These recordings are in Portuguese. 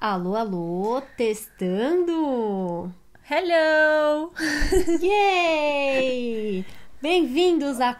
Alô, alô, testando! Hello! Yay! Bem-vindos à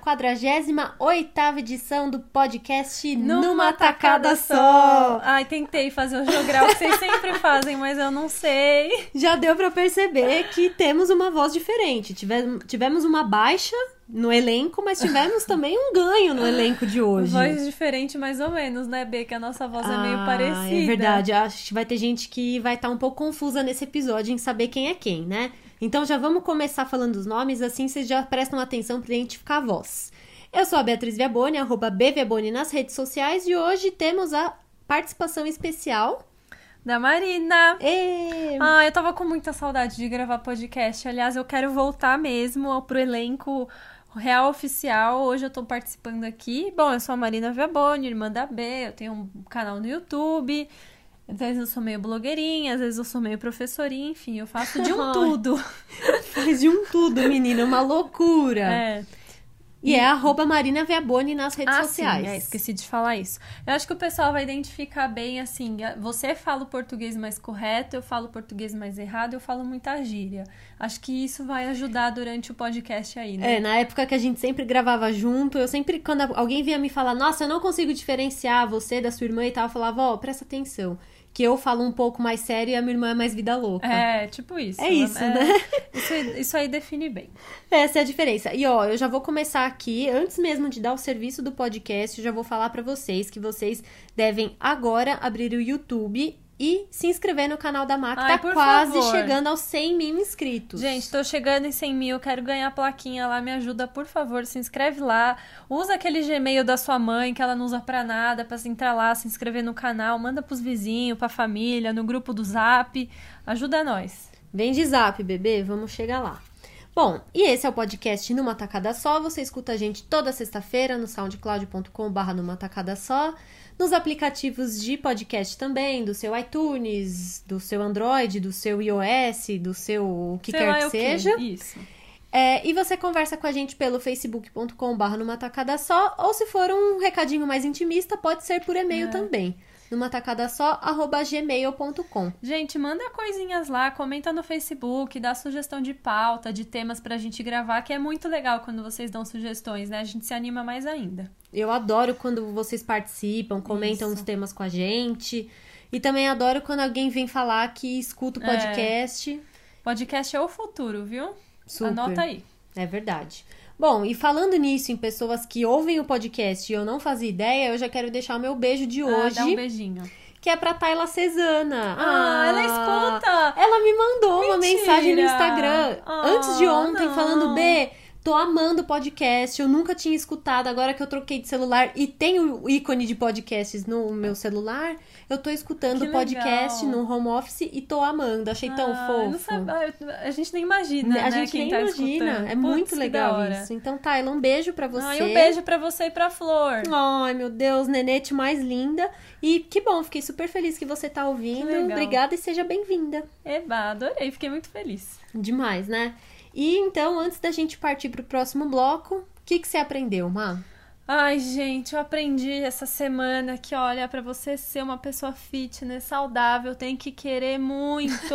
48ª edição do podcast Numa Tacada Só! Ai, tentei fazer o jogral que vocês sempre fazem, mas eu não sei. Já deu pra perceber que temos uma voz diferente. Tivemos uma baixa no elenco, mas tivemos também um ganho no elenco de hoje. Voz diferente mais ou menos, né, B? Que a nossa voz é meio parecida. É verdade. Acho que vai ter gente que vai estar um pouco confusa nesse episódio em saber quem é quem, né? Então já vamos começar falando os nomes, assim vocês já prestam atenção para identificar a voz. Eu sou a Beatriz Viaboni, @bviaboni nas redes sociais, e hoje temos a participação especial da Marina. E... eu tava com muita saudade de gravar podcast. Aliás, eu quero voltar mesmo pro elenco real oficial. Hoje eu tô participando aqui. Bom, eu sou a Marina Viaboni, irmã da B, eu tenho um canal no YouTube. Às vezes eu sou meio blogueirinha, às vezes eu sou meio professorinha, enfim, eu faço de um tudo. Faz de um tudo, menina, uma loucura. É. E é @Marina Viaboni nas redes sociais. Sim, esqueci de falar isso. Eu acho que o pessoal vai identificar bem, assim, você fala o português mais correto, eu falo o português mais errado, eu falo muita gíria. Acho que isso vai ajudar durante o podcast aí, né? Na época que a gente sempre gravava junto, eu sempre, quando alguém vinha me falar, nossa, eu não consigo diferenciar você da sua irmã e tal, eu falava, presta atenção. Que eu falo um pouco mais sério e a minha irmã é mais vida louca. É, tipo isso. É isso, né? Isso aí define bem. Essa é a diferença. E eu já vou começar aqui, antes mesmo de dar o serviço do podcast, eu já vou falar pra vocês que vocês devem agora abrir o YouTube e se inscrever no canal da Má, que tá quase chegando aos 100 mil inscritos. Gente, tô chegando em 100 mil, quero ganhar a plaquinha lá, me ajuda, por favor, se inscreve lá. Usa aquele Gmail da sua mãe, que ela não usa pra nada, pra entrar lá, se inscrever no canal, manda pros vizinhos, pra família, no grupo do Zap, ajuda nós. Vem de Zap, bebê, vamos chegar lá. Bom, e esse é o podcast Numa Tacada Só. Você escuta a gente toda sexta-feira no soundcloud.com/Numa Tacada Só, nos aplicativos de podcast também, do seu iTunes, do seu Android, do seu iOS, do seu o que quer que seja. Isso. E você conversa com a gente pelo facebook.com/Numa Tacada Só, ou se for um recadinho mais intimista, pode ser por e-mail também. numatacadasó@gmail.com. Gente, manda coisinhas lá, comenta no Facebook, dá sugestão de pauta, de temas pra gente gravar, que é muito legal quando vocês dão sugestões, né? A gente se anima mais ainda. Eu adoro quando vocês participam, comentam os temas com a gente. E também adoro quando alguém vem falar que escuta o podcast. Podcast é o futuro, viu? Super. Anota aí. É verdade. Bom, e falando nisso, em pessoas que ouvem o podcast e eu não fazia ideia, eu já quero deixar o meu beijo de hoje. Dá um beijinho. Que é pra Tayla Cesana. Ela escuta! Ela me mandou Mentira! uma mensagem no Instagram antes de ontem, falando, B, tô amando o podcast, eu nunca tinha escutado, agora que eu troquei de celular e tenho o ícone de podcasts no meu celular, eu tô escutando o podcast no home office e tô amando, achei tão fofo. A gente nem imagina, A gente nem imagina, é muito legal isso. Então, Tayla, um beijo pra você. E um beijo pra você e pra Flor. Ai, meu Deus, nenete mais linda. E que bom, fiquei super feliz que você tá ouvindo. Obrigada e seja bem-vinda. Eba, adorei, fiquei muito feliz. Demais, né? E então, antes da gente partir pro próximo bloco, o que você aprendeu, Má? Ai, gente, eu aprendi essa semana que, olha, pra você ser uma pessoa fitness, saudável, tem que querer muito.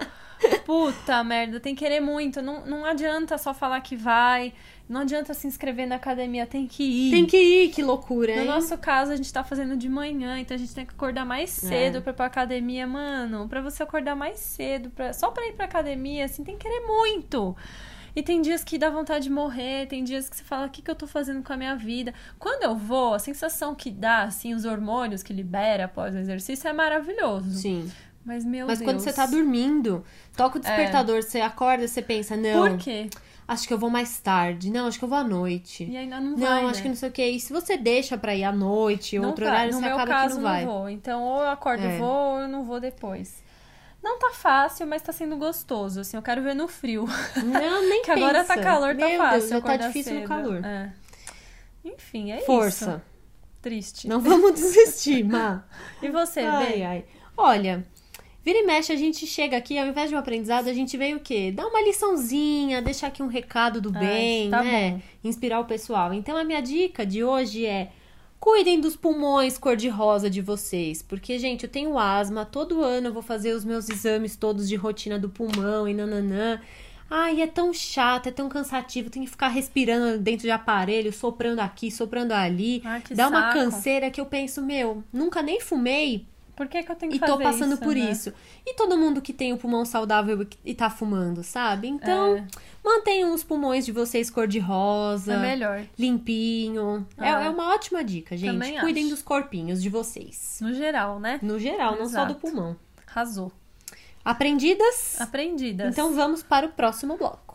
Puta merda, tem que querer muito. Não adianta só falar que vai. Não adianta se inscrever na academia, tem que ir. Tem que ir, que loucura, hein? No nosso caso, a gente tá fazendo de manhã, então a gente tem que acordar mais cedo pra ir pra academia. Mano, pra você acordar mais cedo, só pra ir pra academia, assim, tem que querer muito. E tem dias que dá vontade de morrer, tem dias que você fala, o que eu tô fazendo com a minha vida? Quando eu vou, a sensação que dá, assim, os hormônios que libera após o exercício é maravilhoso. Sim. Mas, meu Deus. Mas quando você tá dormindo, toca o despertador, você acorda, você pensa, não... Por quê? Acho que eu vou mais tarde. Não, acho que eu vou à noite. E ainda não vai, Não, acho que não sei o que. E se você deixa pra ir à noite, não outro vai. horário, No você meu acaba caso, que não vai. Não vou. Então, ou eu acordo e vou, ou eu não vou depois. Não tá fácil, mas tá sendo gostoso, assim. Eu quero ver no frio. Não, nem que agora tá calor, tá Meu fácil. Deus, já tá difícil cedo. no calor. Enfim, é Força. isso. Triste. Não vamos desistir, Má. E você, Bê? Olha... Vira e mexe, a gente chega aqui, ao invés de um aprendizado, a gente veio o quê? Dar uma liçãozinha, deixar aqui um recado do bem, tá né? bom. Inspirar o pessoal. Então, a minha dica de hoje é Cuidem dos pulmões cor-de-rosa de vocês, porque, gente, eu tenho asma, todo ano eu vou fazer os meus exames todos de rotina do pulmão e nananã. Ai, é tão chato, é tão cansativo, tem que ficar respirando dentro de aparelho, soprando aqui, soprando ali. Ai, que Dá uma saco. canseira que eu penso, nunca nem fumei Por que eu tenho que e fazer tô passando isso, por né? isso. E todo mundo que tem o pulmão saudável e tá fumando, sabe? Então, mantenham os pulmões de vocês cor-de-rosa. É melhor. Limpinho. É uma ótima dica, gente. Também Cuidem acho. dos corpinhos de vocês. No geral, né? No geral, não só do Exato. pulmão. Arrasou. Aprendidas? Aprendidas. Então vamos para o próximo bloco.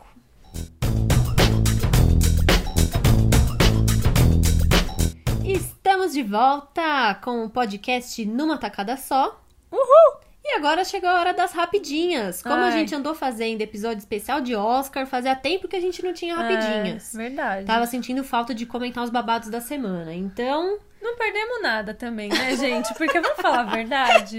Estamos de volta com o podcast Numa Tacada Só. Uhul! E agora chegou a hora das rapidinhas. Como a Ai. gente andou fazendo episódio especial de Oscar, fazia tempo que a gente não tinha rapidinhas. É, verdade. Tava sentindo falta de comentar os babados da semana. Então, Não perdemos nada também, né, gente? Porque vamos falar a verdade.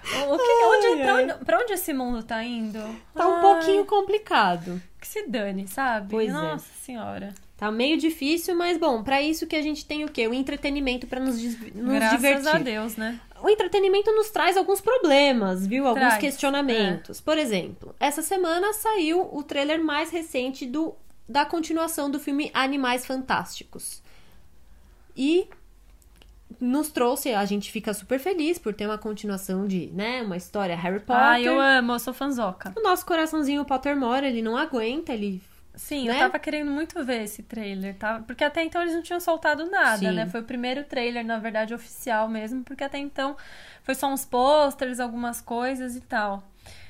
Pra onde esse mundo tá indo? tá um pouquinho complicado. Que se dane, sabe? Pois é. Nossa senhora. Tá meio difícil, mas bom, pra isso que a gente tem o quê? O entretenimento pra nos Graças divertir. a Deus, né? O entretenimento nos traz alguns problemas, viu? Alguns Traz, questionamentos. Por exemplo, essa semana saiu o trailer mais recente da continuação do filme Animais Fantásticos. E nos trouxe, a gente fica super feliz por ter uma continuação de, né, uma história Harry Potter. Ah, eu amo, eu sou fanzoca. O nosso coraçãozinho Pottermore, ele não aguenta, ele... Sim, né? eu tava querendo muito ver esse trailer, tá? Porque até então eles não tinham soltado nada, Sim. né? Foi o primeiro trailer, na verdade, oficial mesmo, porque até então foi só uns posters, algumas coisas e tal.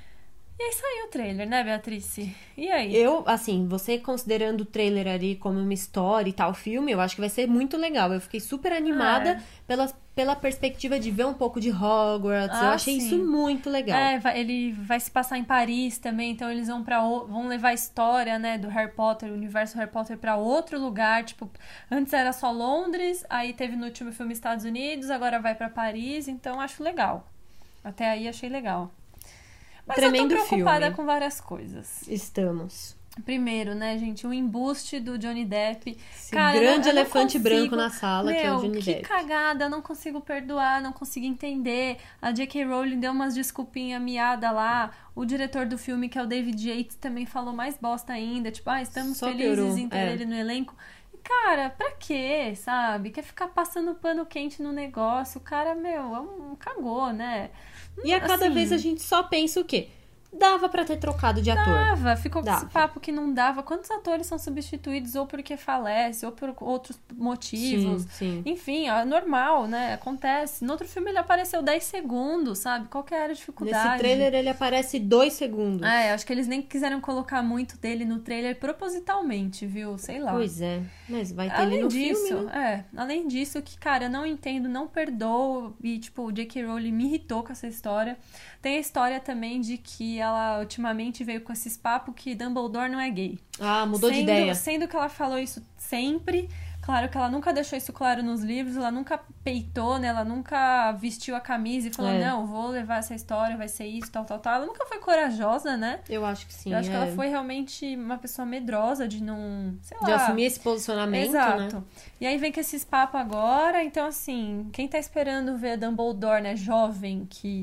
E aí saiu o trailer, né, Beatrice? E aí? Eu, assim, você considerando o trailer ali como uma história e tal filme, eu acho que vai ser muito legal. Eu fiquei super animada pela perspectiva de ver um pouco de Hogwarts. Eu achei sim. isso muito legal. Ele vai se passar em Paris também, então eles vão levar a história, né, do Harry Potter, o universo Harry Potter pra outro lugar, tipo, antes era só Londres, aí teve no último filme Estados Unidos, agora vai pra Paris, então acho legal. Até aí achei legal. Mas Tremendo eu tô preocupada filme. com várias coisas. Estamos. Primeiro, né, gente, o embuste do Johnny Depp. Esse Cara, grande eu não elefante consigo- branco na sala, que é o Johnny que Depp. cagada, eu não consigo perdoar, não consigo entender. A J.K. Rowling deu umas desculpinhas miada lá. O diretor do filme, que é o David Yates, também falou mais bosta ainda. Tipo, estamos Só felizes piorou, em ter ele no elenco. E, cara, pra quê, sabe? Quer ficar passando pano quente no negócio. O cara, cagou, né? E a cada Assim, vez a gente só pensa o quê? Dava pra ter trocado de ator. ficou com Dava. esse papo que não dava. Quantos atores são substituídos ou porque falece, ou por outros motivos? Sim. Enfim, é normal, né? Acontece. No outro filme ele apareceu 10 segundos, sabe? Qual que era a dificuldade? Nesse trailer ele aparece 2 segundos. Acho que eles nem quiseram colocar muito dele no trailer propositalmente, viu? Sei lá. Pois é. Mas vai ter ele Além no disso, filme, né? além disso, que, cara, eu não entendo, não perdoo. E, tipo, o J.K. Rowling me irritou com essa história. Tem a história também de que ela ultimamente veio com esses papos que Dumbledore não é gay. Mudou de ideia. Sendo que ela falou isso sempre. Claro que ela nunca deixou isso claro nos livros, ela nunca peitou, né? Ela nunca vestiu a camisa e falou, não, vou levar essa história, vai ser isso, tal. Ela nunca foi corajosa, né? Eu acho que sim. Eu acho que ela foi realmente uma pessoa medrosa de não, sei lá... De assumir esse posicionamento, Exato. né? E aí vem com esses papos agora, então assim, quem tá esperando ver Dumbledore, né, jovem,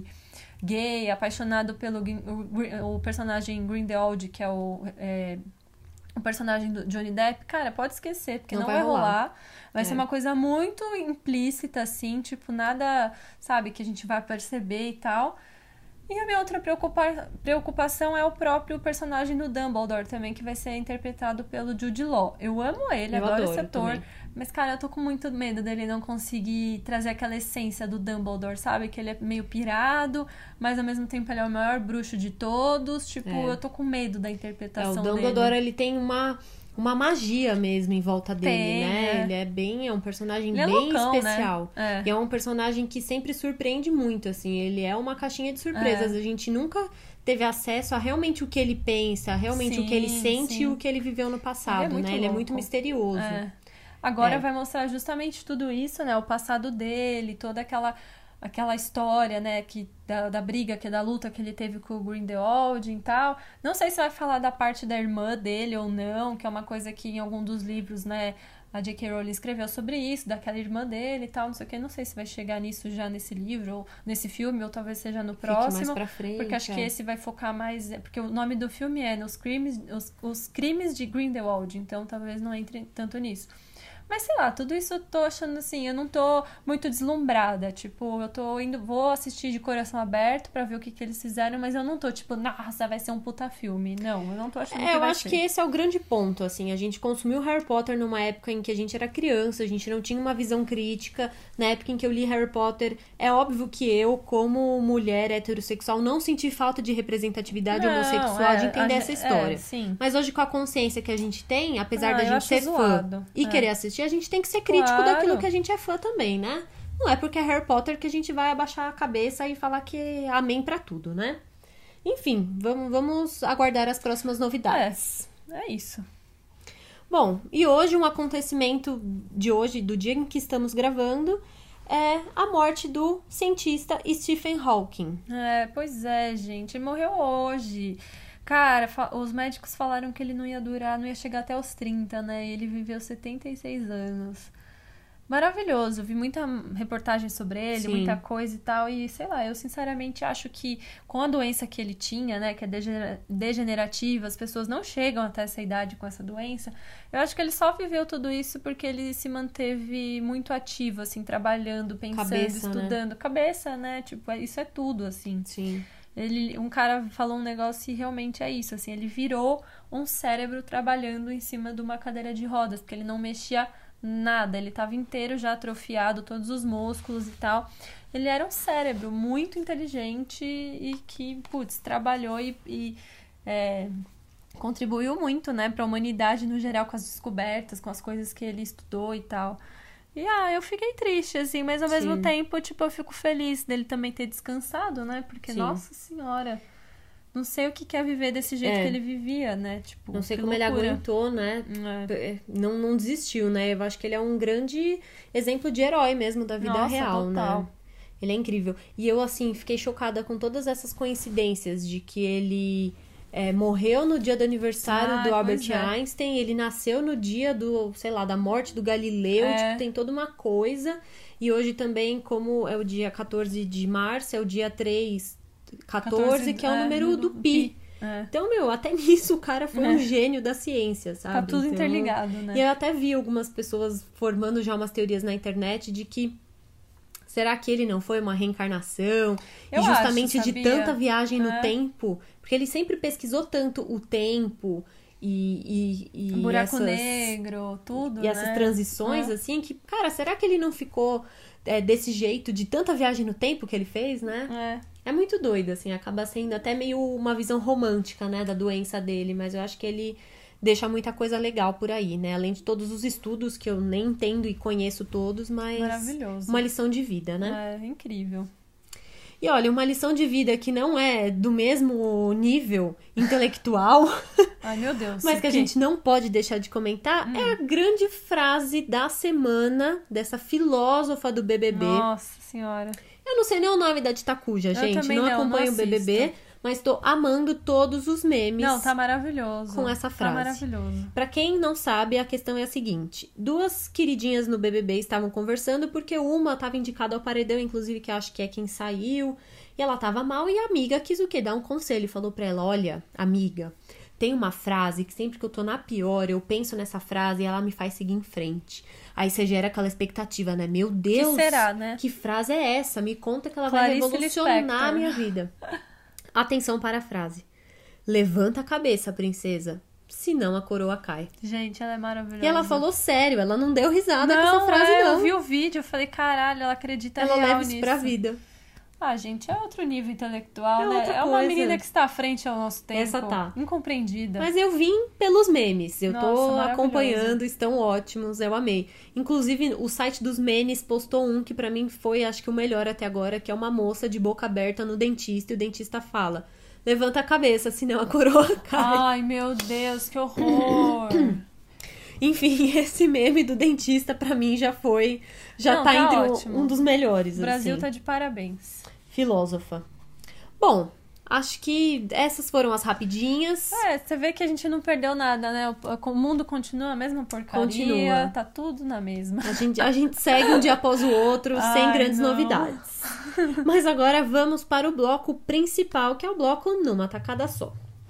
gay, apaixonado pelo o personagem Grindelwald, que é o personagem do Johnny Depp, cara, pode esquecer, porque não vai rolar. Vai ser uma coisa muito implícita, assim, tipo, nada, sabe, que a gente vai perceber e tal. E a minha outra preocupação é o próprio personagem do Dumbledore também, que vai ser interpretado pelo Jude Law. Eu amo ele, adoro esse ator. Também. Mas, cara, eu tô com muito medo dele não conseguir trazer aquela essência do Dumbledore, sabe? Que ele é meio pirado, mas ao mesmo tempo ele é o maior bruxo de todos. Tipo, eu tô com medo da interpretação dele. O Dumbledore, ele tem uma magia mesmo em volta dele, né? Ele é um personagem bem loucão, especial. Né? E é um personagem que sempre surpreende muito, assim. Ele é uma caixinha de surpresas. A gente nunca teve acesso a realmente o que ele pensa, realmente o que ele sente e o que ele viveu no passado, né? Ele é muito misterioso. Agora vai mostrar justamente tudo isso, né? O passado dele, toda aquela história, né? Da briga, da luta que ele teve com o Grindelwald e tal. Não sei se vai falar da parte da irmã dele ou não, que é uma coisa que em algum dos livros, né? a J.K. Rowling escreveu sobre isso, daquela irmã dele e tal, não sei o que. Não sei se vai chegar nisso já nesse livro, ou nesse filme, ou talvez seja no próximo. Mais pra frente, porque acho que esse vai focar mais... Porque o nome do filme é Os Crimes de Grindelwald, então talvez não entre tanto nisso. Mas sei lá, tudo isso eu tô achando assim, eu não tô muito deslumbrada, tipo, eu tô indo, vou assistir de coração aberto pra ver o que eles fizeram, mas eu não tô tipo, nossa, vai ser um puta filme. Não, eu não tô achando que vai ser. Eu acho que esse é o grande ponto, assim, a gente consumiu Harry Potter numa época em que a gente era criança, a gente não tinha uma visão crítica, na época em que eu li Harry Potter, é óbvio que eu, como mulher heterossexual, não senti falta de representatividade homossexual de entender essa história. Sim. Mas hoje, com a consciência que a gente tem, apesar da eu gente acho ser zoado. fã e querer assistir, a gente tem que ser crítico Claro. daquilo que a gente é fã também, né? Não é porque é Harry Potter que a gente vai abaixar a cabeça e falar que é amém pra tudo, né? Enfim, vamos aguardar as próximas novidades. É isso. Bom, e hoje um acontecimento de hoje, do dia em que estamos gravando, é a morte do cientista Stephen Hawking. Pois é, gente. Ele morreu hoje. Cara, os médicos falaram que ele não ia chegar até os 30, né? E ele viveu 76 anos. Maravilhoso, vi muita reportagem sobre ele, Sim. muita coisa e tal, e sei lá, eu sinceramente acho que com a doença que ele tinha, né, que é degenerativa, as pessoas não chegam até essa idade com essa doença, eu acho que ele só viveu tudo isso porque ele se manteve muito ativo, assim, trabalhando, pensando, estudando. Né? Cabeça, né, tipo, isso é tudo, assim. Sim. Um cara falou um negócio e realmente é isso, assim, ele virou um cérebro trabalhando em cima de uma cadeira de rodas, porque ele não mexia nada, ele estava inteiro já atrofiado, todos os músculos e tal. Ele era um cérebro muito inteligente e que, putz, trabalhou e contribuiu muito, né, para a humanidade no geral, com as descobertas, com as coisas que ele estudou e tal. E, eu fiquei triste, assim, mas ao mesmo tempo, tipo, eu fico feliz dele também ter descansado, né? Porque, nossa senhora, não sei o que é viver desse jeito que ele vivia, né? Tipo, não sei como ele aguentou, né? Não desistiu, né? Eu acho que ele é um grande exemplo de herói mesmo da vida real, total. né? Ele é incrível. E eu, assim, fiquei chocada com todas essas coincidências de que ele morreu no dia do aniversário do Albert Einstein, ele nasceu no dia da morte do Galileu, tipo, tem toda uma coisa. E hoje também, como é o dia 14 de março, é o dia 14, que é o número do Pi. Então, até nisso o cara foi um gênio da ciência, sabe? Tá tudo interligado, né? E eu até vi algumas pessoas formando já umas teorias na internet de que será que ele não foi uma reencarnação? Eu e justamente acho, de tanta viagem no tempo, porque ele sempre pesquisou tanto o tempo e buraco negro, tudo, e essas transições, assim, que, cara, será que ele não ficou desse jeito, de tanta viagem no tempo que ele fez, né? É muito doido, assim, acaba sendo até meio uma visão romântica, né, da doença dele, mas eu acho que ele deixa muita coisa legal por aí, né? Além de todos os estudos que eu nem entendo e conheço todos, mas maravilhoso. Uma lição de vida, né? É incrível. E olha, uma lição de vida que não é do mesmo nível intelectual, ai meu Deus, mas que a gente não pode deixar de comentar, é a grande frase da semana dessa filósofa do BBB. Nossa senhora. Eu não sei nem o nome da Tita Cuja, gente. Não acompanho o BBB, mas tô amando todos os memes. Não, tá maravilhoso. Com essa frase. Tá maravilhoso. Pra quem não sabe, a questão é a seguinte. 2 queridinhas no BBB estavam conversando porque uma tava indicada ao paredão, inclusive, que acho que é quem saiu. E ela tava mal e a amiga quis o quê? Dar um conselho. Falou pra ela, olha, amiga, tem uma frase que sempre que eu tô na pior, eu penso nessa frase e ela me faz seguir em frente. Aí você gera aquela expectativa, né? Meu Deus, que será, né? Que frase é essa? Me conta que ela Clarice vai revolucionar Lispector. a minha vida. Atenção para a frase. Levanta a cabeça, princesa, senão a coroa cai. Gente, ela é maravilhosa. E ela falou sério, ela não deu risada com essa frase, não. Eu vi o vídeo, eu falei, caralho, ela acredita ela real leva isso nisso. pra vida. Gente, é outro nível intelectual, é né? outra É uma coisa. menina que está à frente ao nosso tempo. Essa tá. Incompreendida. Mas eu vim pelos memes. Eu tô Nossa, acompanhando, estão ótimos, eu amei. Inclusive, o site dos memes postou um que pra mim foi, acho que o melhor até agora, que é uma moça de boca aberta no dentista, e o dentista fala, levanta a cabeça, senão a coroa cai. Ai, meu Deus, que horror! Enfim, esse meme do dentista pra mim já tá entre ótimo. um dos melhores. O Brasil assim. tá de parabéns. Filósofa. Bom, Acho que essas foram as rapidinhas. Você vê que a gente não perdeu nada, né? O mundo continua a mesma porcaria. Continua. Tá tudo na mesma. A gente segue um dia após o outro, sem grandes novidades. Mas agora vamos para o bloco principal, que é o bloco Numa Tacada Só.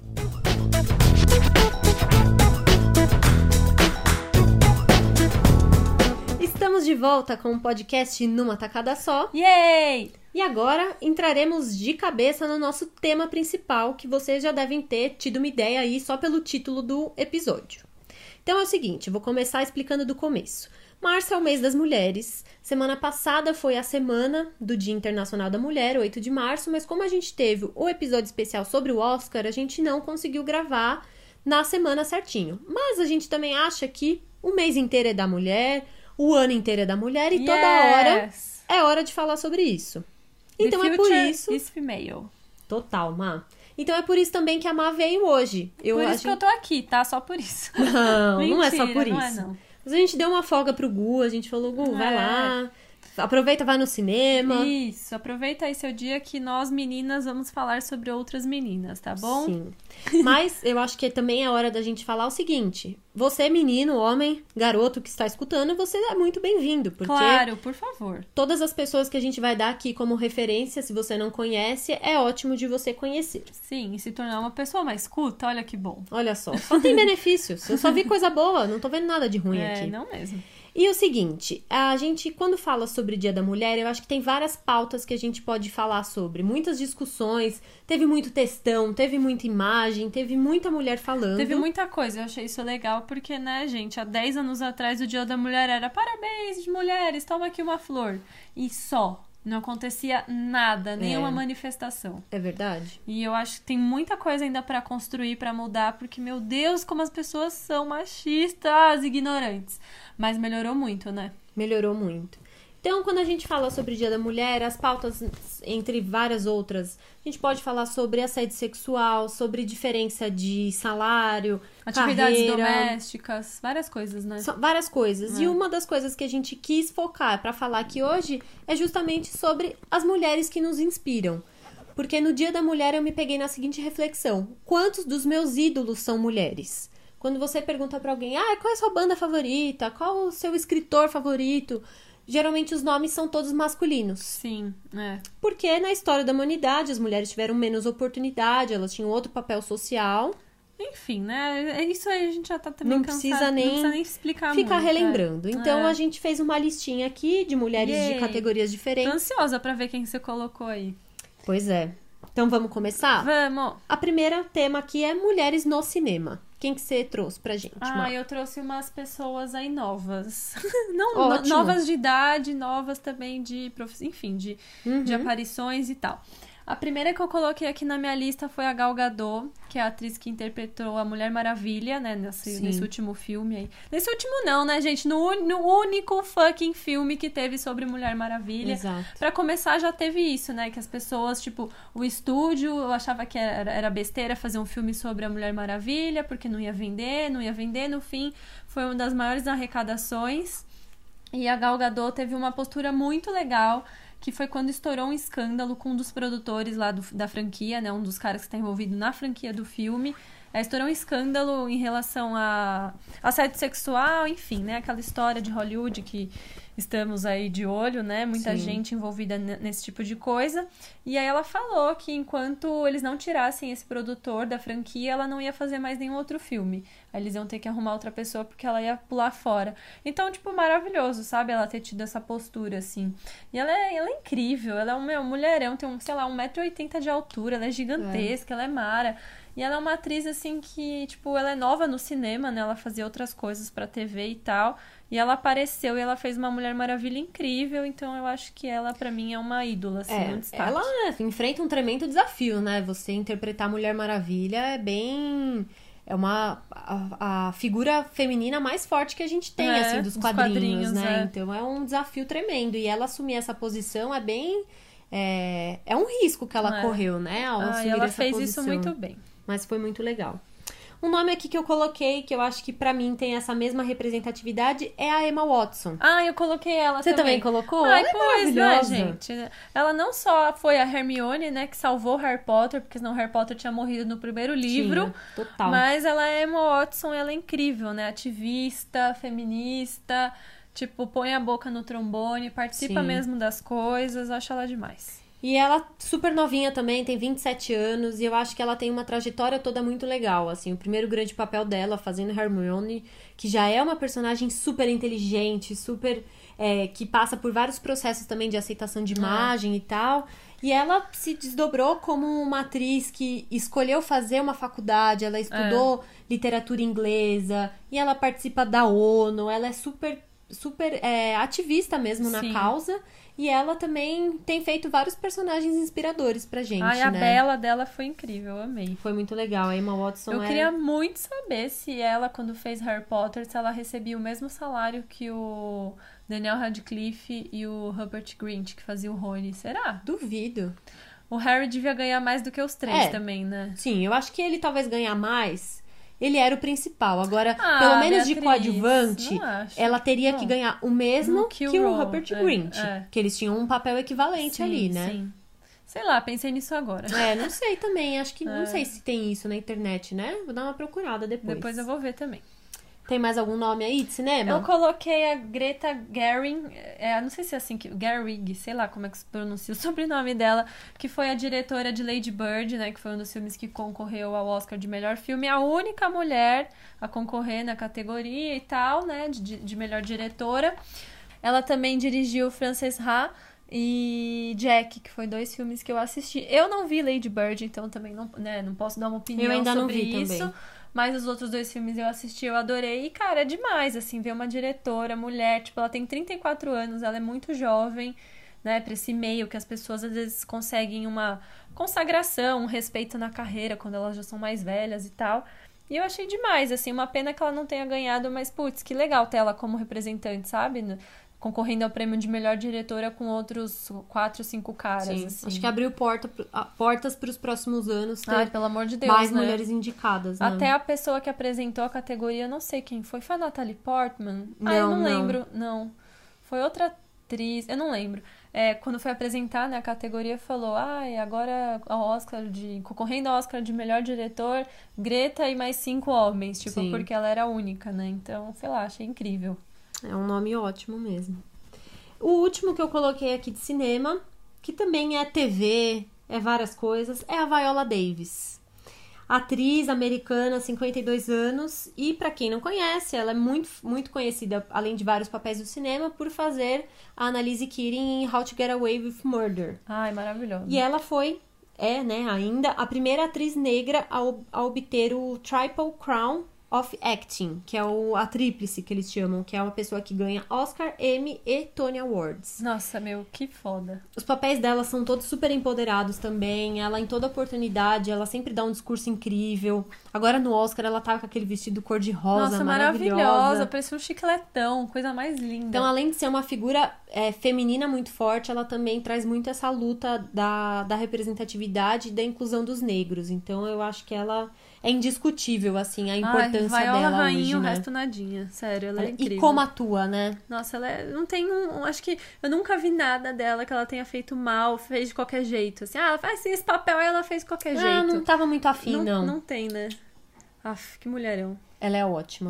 Estamos de volta com o podcast Numa Tacada Só. Yay! E agora entraremos de cabeça no nosso tema principal, que vocês já devem ter tido uma ideia aí só pelo título do episódio. Então é o seguinte, eu vou começar explicando do começo. Março é o mês das mulheres. Semana passada foi a semana do Dia Internacional da Mulher, 8 de março, mas como a gente teve o episódio especial sobre o Oscar, a gente não conseguiu gravar na semana certinho. Mas a gente também acha que o mês inteiro é da mulher, o ano inteiro é da mulher e toda hora é hora de falar sobre isso. Então é por isso... is female. Total, Má. Então é por isso também que a Má veio hoje. Que eu tô aqui, tá? Só por isso. Não, Mentira, não é só por isso. Não é, não. Mas a gente deu uma folga pro Gu, a gente falou, Gu, vai lá, aproveita, vai no cinema. Isso, aproveita aí seu dia que nós meninas vamos falar sobre outras meninas, tá bom? Sim. Mas eu acho que também é hora da gente falar o seguinte, você menino, homem, garoto que está escutando, você é muito bem-vindo, porque... Claro, por favor. Todas as pessoas que a gente vai dar aqui como referência, se você não conhece, é ótimo de você conhecer. Sim, e se tornar uma pessoa mais culta, olha que bom. Olha só tem benefícios. Eu só vi coisa boa, não tô vendo nada de ruim aqui. Não mesmo. E o seguinte, a gente, quando fala sobre Dia da Mulher, eu acho que tem várias pautas que a gente pode falar sobre. Muitas discussões, teve muito textão, teve muita imagem, teve muita mulher falando. Teve muita coisa, eu achei isso legal, porque, né, gente, há 10 anos atrás o Dia da Mulher era parabéns, mulheres, toma aqui uma flor. E só. Não acontecia nada, nenhuma manifestação. É verdade. E eu acho que tem muita coisa ainda pra construir, pra mudar, porque, meu Deus, como as pessoas são machistas, ignorantes. Mas melhorou muito, né? Melhorou muito. Então, quando a gente fala sobre o Dia da Mulher, as pautas, entre várias outras, a gente pode falar sobre assédio sexual, sobre diferença de salário, atividades carreira, domésticas, várias coisas, né? Várias coisas. E uma das coisas que a gente quis focar para falar aqui hoje é justamente sobre as mulheres que nos inspiram. Porque no Dia da Mulher eu me peguei na seguinte reflexão: quantos dos meus ídolos são mulheres? Quando você pergunta para alguém, qual é a sua banda favorita? Qual o seu escritor favorito? Geralmente os nomes são todos masculinos. Sim, Porque na história da humanidade as mulheres tiveram menos oportunidade, elas tinham outro papel social. Enfim, né? Isso aí a gente já tá também não cansado. Precisa nem não precisa nem explicar ficar muito, relembrando. Então a gente fez uma listinha aqui de mulheres de categorias diferentes. Tô ansiosa pra ver quem você colocou aí. Pois é. Então vamos começar? Vamos! A primeira tema aqui é mulheres no cinema. Quem que você trouxe pra gente, Má? Eu trouxe umas pessoas aí novas. Ótimo. Novas de idade, novas também de enfim, de aparições e tal. A primeira que eu coloquei aqui na minha lista foi a Gal Gadot, que é a atriz que interpretou a Mulher Maravilha, né, nesse último filme aí. Nesse último não, né, gente? No único fucking filme que teve sobre Mulher Maravilha. Exato. Pra começar, já teve isso, né? Que as pessoas, tipo, o estúdio, eu achava que era besteira fazer um filme sobre a Mulher Maravilha, porque não ia vender. No fim, foi uma das maiores arrecadações. E a Gal Gadot teve uma postura muito legal, que foi quando estourou um escândalo com um dos produtores lá da franquia, né? Um dos caras que está envolvido na franquia do filme. Estourou um escândalo em relação a assédio sexual, enfim, né? Aquela história de Hollywood que estamos aí de olho, né? Muita gente envolvida nesse tipo de coisa. E aí ela falou que enquanto eles não tirassem esse produtor da franquia, ela não ia fazer mais nenhum outro filme. Aí eles iam ter que arrumar outra pessoa porque ela ia pular fora. Então, tipo, maravilhoso, sabe? Ela ter tido essa postura, assim. E ela é incrível. Ela é uma mulherão, tem sei lá, 1,80 m de altura. Ela é gigantesca, ela é mara. E ela é uma atriz, assim, que, tipo, ela é nova no cinema, né? Ela fazia outras coisas pra TV e tal. E ela apareceu e ela fez uma Mulher Maravilha incrível. Então, eu acho que ela, pra mim, é uma ídola, assim, um destaque. Ela enfrenta um tremendo desafio, né? Você interpretar a Mulher Maravilha é bem... É a figura feminina mais forte que a gente tem, assim, dos quadrinhos, né? Então, é um desafio tremendo. E ela assumir essa posição é bem... É um risco que ela correu, né? Ao assumir ela essa fez posição. isso muito bem. Mas foi muito legal. Um nome aqui que eu coloquei, que eu acho que pra mim tem essa mesma representatividade, é a Emma Watson. Ah, eu coloquei ela Você também. também colocou? Ai, Ela é pois, né, maravilhosa. gente? Ela não só foi a Hermione, né, que salvou Harry Potter, porque senão Harry Potter tinha morrido no primeiro livro. Total. Mas ela é Emma Watson, ela é incrível, né? Ativista, feminista, tipo, põe a boca no trombone, participa Sim. mesmo das coisas, acho ela demais. E ela super novinha também, tem 27 anos, e eu acho que ela tem uma trajetória toda muito legal, assim, o primeiro grande papel dela fazendo Hermione, que já é uma personagem super inteligente, super, que passa por vários processos também de aceitação de imagem e tal, e ela se desdobrou como uma atriz que escolheu fazer uma faculdade, ela estudou literatura inglesa, e ela participa da ONU, ela é super ativista mesmo na Sim. causa. E ela também tem feito vários personagens inspiradores pra gente, Ai, a né? Bella dela foi incrível, eu amei. Foi muito legal. A Emma Watson Eu queria muito saber se ela, quando fez Harry Potter, se ela recebia o mesmo salário que o Daniel Radcliffe e o Rupert Grint, que fazia o Rony. Será? Duvido. O Harry devia ganhar mais do que os três É. também, né? Sim, eu acho que ele talvez ganhar mais. Ele era o principal. Agora, Ah, pelo menos de Beatriz, coadjuvante, não acho. ela teria Não. que ganhar o mesmo que o Ron. Rupert Grint. Que eles tinham um papel equivalente Sim, ali, né? Sim. Sei lá, pensei nisso agora. Não sei também. Acho que não sei se tem isso na internet, né? Vou dar uma procurada depois. Depois eu vou ver também. Tem mais algum nome aí de cinema? Eu coloquei a Greta Gerwig, não sei se é assim que Gerwig, sei lá como é que se pronuncia o sobrenome dela, que foi a diretora de Lady Bird, né, que foi um dos filmes que concorreu ao Oscar de melhor filme, a única mulher a concorrer na categoria e tal, né, de melhor diretora. Ela também dirigiu Frances Ha e Jack, que foi 2 filmes que eu assisti. Eu não vi Lady Bird, então também não posso dar uma opinião Eu ainda sobre não vi isso. também. Mas os outros 2 filmes eu assisti, eu adorei. E, cara, é demais, assim, ver uma diretora, mulher, tipo, ela tem 34 anos, ela é muito jovem, né, pra esse meio que as pessoas às vezes conseguem uma consagração, um respeito na carreira quando elas já são mais velhas e tal. E eu achei demais, assim, uma pena que ela não tenha ganhado, mas, putz, que legal ter ela como representante, sabe? Concorrendo ao prêmio de melhor diretora com outros 4, 5 caras. Sim, assim. acho que abriu portas para os próximos anos ter Ai, pelo amor de Deus, mais né? mulheres indicadas, né? Até a pessoa que apresentou a categoria, eu não sei quem foi. Foi a Natalie Portman? Não, eu não não. lembro. Não. Foi outra atriz, eu não lembro. Quando foi apresentar, né, a categoria, falou: agora concorrendo ao Oscar de melhor diretor, Greta e mais 5 homens. Tipo, Sim. porque ela era a única, né? Então, sei lá, achei incrível. É um nome ótimo mesmo. O último que eu coloquei aqui de cinema, que também é TV, é várias coisas, é a Viola Davis. Atriz americana, 52 anos, e pra quem não conhece, ela é muito, muito conhecida, além de vários papéis do cinema, por fazer a Annalise Keating em How to Get Away with Murder. Ai, maravilhosa. E ela né, ainda a primeira atriz negra a obter o Triple Crown of Acting, que é a tríplice que eles chamam, que é uma pessoa que ganha Oscar, Emmy e Tony Awards. Nossa, meu, que foda. Os papéis dela são todos super empoderados também. Ela, em toda oportunidade, ela sempre dá um discurso incrível. Agora no Oscar, ela tava com aquele vestido cor-de-rosa, Nossa, maravilhosa. Parecia um chicletão, coisa mais linda. Então, além de ser uma figura feminina muito forte, ela também traz muito essa luta da representatividade e da inclusão dos negros. Então, eu acho que ela é indiscutível, assim, a importância Viola dela rainha, hoje, o né? resto nadinha. Sério, ela é incrível. E como atua, né? Nossa, ela não tem acho que eu nunca vi nada dela que ela tenha feito mal, fez de qualquer jeito. Assim, ela faz esse papel e ela fez de qualquer jeito. Não tava muito afim, não. Não tem, né? Aff, que mulherão. Ela é ótima.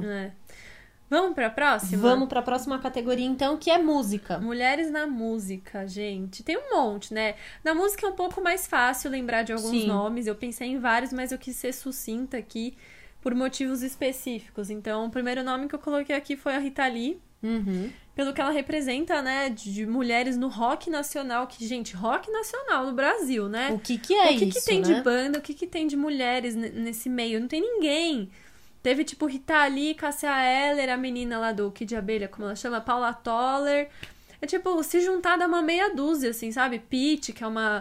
Vamos pra próxima? Vamos pra próxima categoria, então, que é música. Mulheres na música, gente. Tem um monte, né? Na música é um pouco mais fácil lembrar de alguns nomes. Eu pensei em vários, mas eu quis ser sucinta aqui por motivos específicos. Então, o primeiro nome que eu coloquei aqui foi a Rita Lee. Pelo que ela representa, né? De mulheres no rock nacional. Que, gente, rock nacional no Brasil, né? O que é isso, O que tem né? de banda? O que tem de mulheres nesse meio? Não tem ninguém. Teve, tipo, Rita Lee, Cássia Eller, a menina lá do Kid de Abelha, como ela chama, Paula Toller. É, tipo, se juntar dá uma meia dúzia, assim, sabe? Pitty, que é uma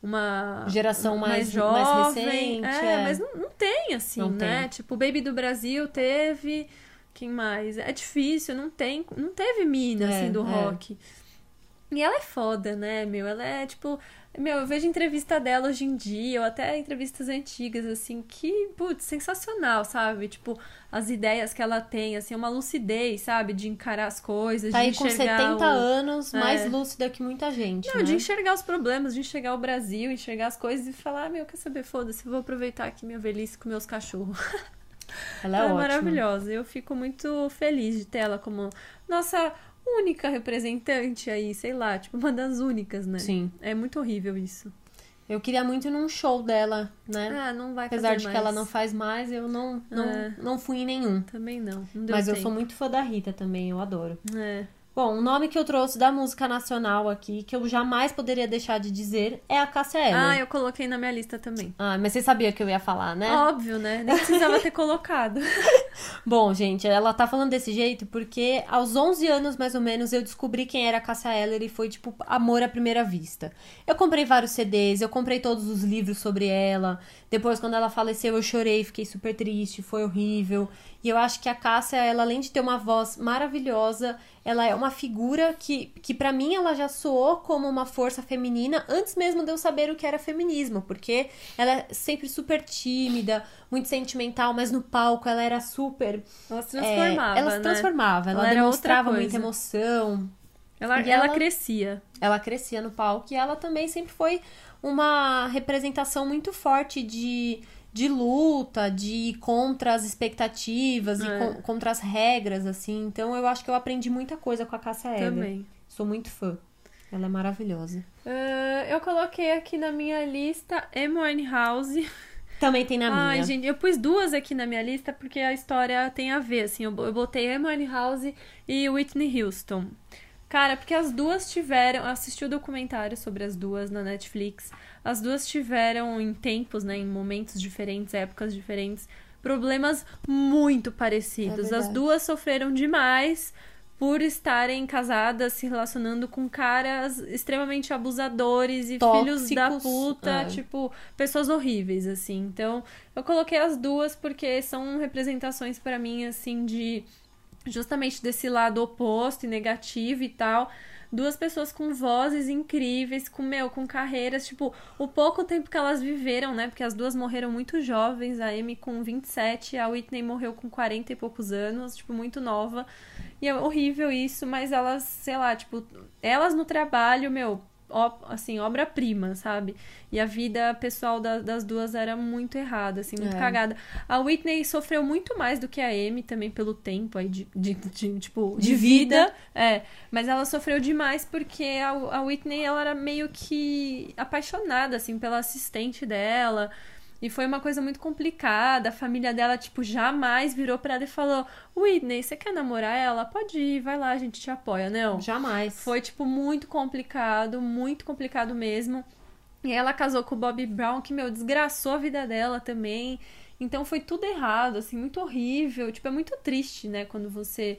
geração mais jovem. recente. Mas não tem, assim, Não né? tem. Tipo, Baby do Brasil teve... Quem mais? É difícil, não teve mina, assim, do rock. E ela é foda, né, meu? Ela é, tipo... Meu, eu vejo entrevista dela hoje em dia, ou até entrevistas antigas, assim, que, putz, sensacional, sabe? Tipo, as ideias que ela tem, assim, uma lucidez, sabe? De encarar as coisas, Tá de aí com enxergar 70 anos, mais lúcida que muita gente, Não, né? de enxergar os problemas, de enxergar o Brasil, enxergar as coisas e falar, meu, quer saber, foda-se, vou aproveitar aqui minha velhice com meus cachorros. Ela é Ela é ótima. maravilhosa. Eu fico muito feliz de ter ela como nossa única representante aí, sei lá, tipo, uma das únicas, né? Sim. É muito horrível isso. Eu queria muito ir num show dela, né? Ah, não vai fazer Apesar de mais. que ela não faz mais, eu não fui em nenhum. Também não deu Mas eu tempo. sou muito fã da Rita também, eu adoro. É. Bom, o nome que eu trouxe da música nacional aqui, que eu jamais poderia deixar de dizer, é a Cássia Eller. Ah, eu coloquei na minha lista também. Ah, mas você sabia que eu ia falar, né? Óbvio, né? Nem precisava ter colocado. Bom, gente, ela tá falando desse jeito porque aos 11 anos, mais ou menos, eu descobri quem era a Cássia Eller e foi, tipo, amor à primeira vista. Eu comprei vários CDs, eu comprei todos os livros sobre ela. Depois, quando ela faleceu, eu chorei, fiquei super triste, foi horrível. E eu acho que a Cássia, ela, além de ter uma voz maravilhosa, ela é uma figura que pra mim, ela já soou como uma força feminina antes mesmo de eu saber o que era feminismo, porque ela é sempre super tímida, muito sentimental, mas no palco ela era super... Ela se transformava, ela se transformava, ela Ela era demonstrava outra muita coisa. emoção. Ela crescia. Ela crescia no palco e ela também sempre foi uma representação muito forte de luta, de ir contra as expectativas e contra as regras, assim. Então eu acho que eu aprendi muita coisa com a Cássia Eller. Também. Sou muito fã. Ela é maravilhosa. Eu coloquei aqui na minha lista Amy Winehouse. Também tem na minha. Ai, gente, eu pus duas aqui na minha lista porque a história tem a ver, assim. Eu botei Amy Winehouse e Whitney Houston. Cara, porque as duas tiveram... Eu assisti o documentário sobre as duas na Netflix. As duas tiveram em tempos, né? Em momentos diferentes, épocas diferentes, problemas muito parecidos. É As duas sofreram demais por estarem casadas, se relacionando com caras extremamente abusadores e Tóxicos. filhos da puta, É. tipo, pessoas horríveis, assim. Então, eu coloquei as duas porque são representações pra mim, assim, de... justamente desse lado oposto e negativo e tal. Duas pessoas com vozes incríveis, com carreiras, tipo, o pouco tempo que elas viveram, né? Porque as duas morreram muito jovens, a Amy com 27, a Whitney morreu com 40 e poucos anos, tipo, muito nova. E é horrível isso, mas elas, sei lá, tipo, elas no trabalho, assim, obra-prima, sabe? E a vida pessoal das duas era muito errada, assim, muito cagada. A Whitney sofreu muito mais do que a Amy também pelo tempo aí de vida. Mas ela sofreu demais porque a Whitney, ela era meio que apaixonada, assim, pela assistente dela. E foi uma coisa muito complicada. A família dela, tipo, jamais virou pra ela e falou: Whitney, você quer namorar ela? Pode ir, vai lá, a gente te apoia. Não. Jamais. Foi, tipo, muito complicado mesmo. E ela casou com o Bobby Brown, que, desgraçou a vida dela também. Então foi tudo errado, assim, muito horrível. Tipo, é muito triste, né, quando você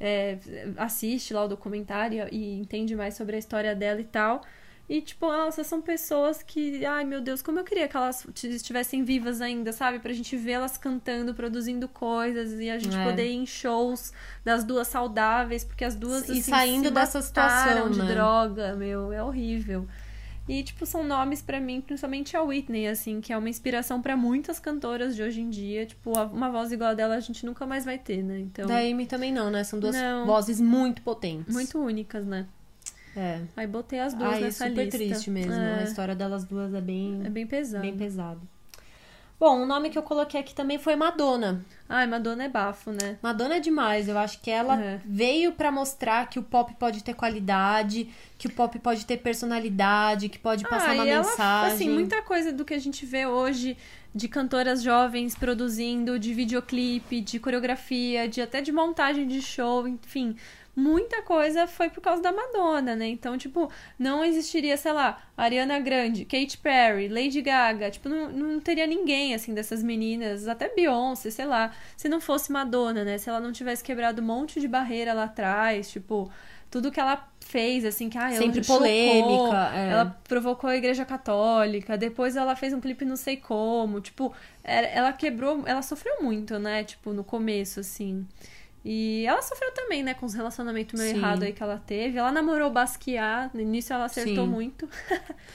assiste lá o documentário e entende mais sobre a história dela e tal. E, tipo, nossa, são pessoas que... Ai, meu Deus, como eu queria que elas estivessem vivas ainda, sabe? Pra gente ver elas cantando, produzindo coisas e a gente poder ir em shows das duas saudáveis, porque as duas, E assim, saindo se dessa situação, de né? droga, é horrível. E, tipo, são nomes pra mim, principalmente a Whitney, assim, que é uma inspiração pra muitas cantoras de hoje em dia. Tipo, uma voz igual a dela a gente nunca mais vai ter, né? Então, Da Amy também não, né? São duas Não. vozes muito potentes. muito únicas, né? É. Aí botei as duas Ai, é nessa super lista. triste mesmo. A história delas duas é bem pesado. bem pesado. Bom, o nome que eu coloquei aqui também foi Madonna. Ai, Madonna é bafo, né? Madonna é demais. Eu acho que ela veio pra mostrar que o pop pode ter qualidade, que o pop pode ter personalidade, que pode passar uma e ela, mensagem. assim, muita coisa do que a gente vê hoje de cantoras jovens produzindo, de videoclipe, de coreografia, até de montagem de show, enfim... Muita coisa foi por causa da Madonna, né? Então, tipo, não existiria, sei lá, Ariana Grande, Katy Perry, Lady Gaga. Tipo, não teria ninguém, assim, dessas meninas, até Beyoncé, sei lá, se não fosse Madonna, né? Se ela não tivesse quebrado um monte de barreira lá atrás, tipo, tudo que ela fez, assim, que ela sempre chocou, polêmica. ela provocou a Igreja Católica, depois ela fez um clipe não sei como, tipo, ela quebrou, ela sofreu muito, né? Tipo, no começo, assim... E ela sofreu também, né, com os relacionamentos meio errados aí que ela teve. Ela namorou o Basquiat, no início ela acertou muito.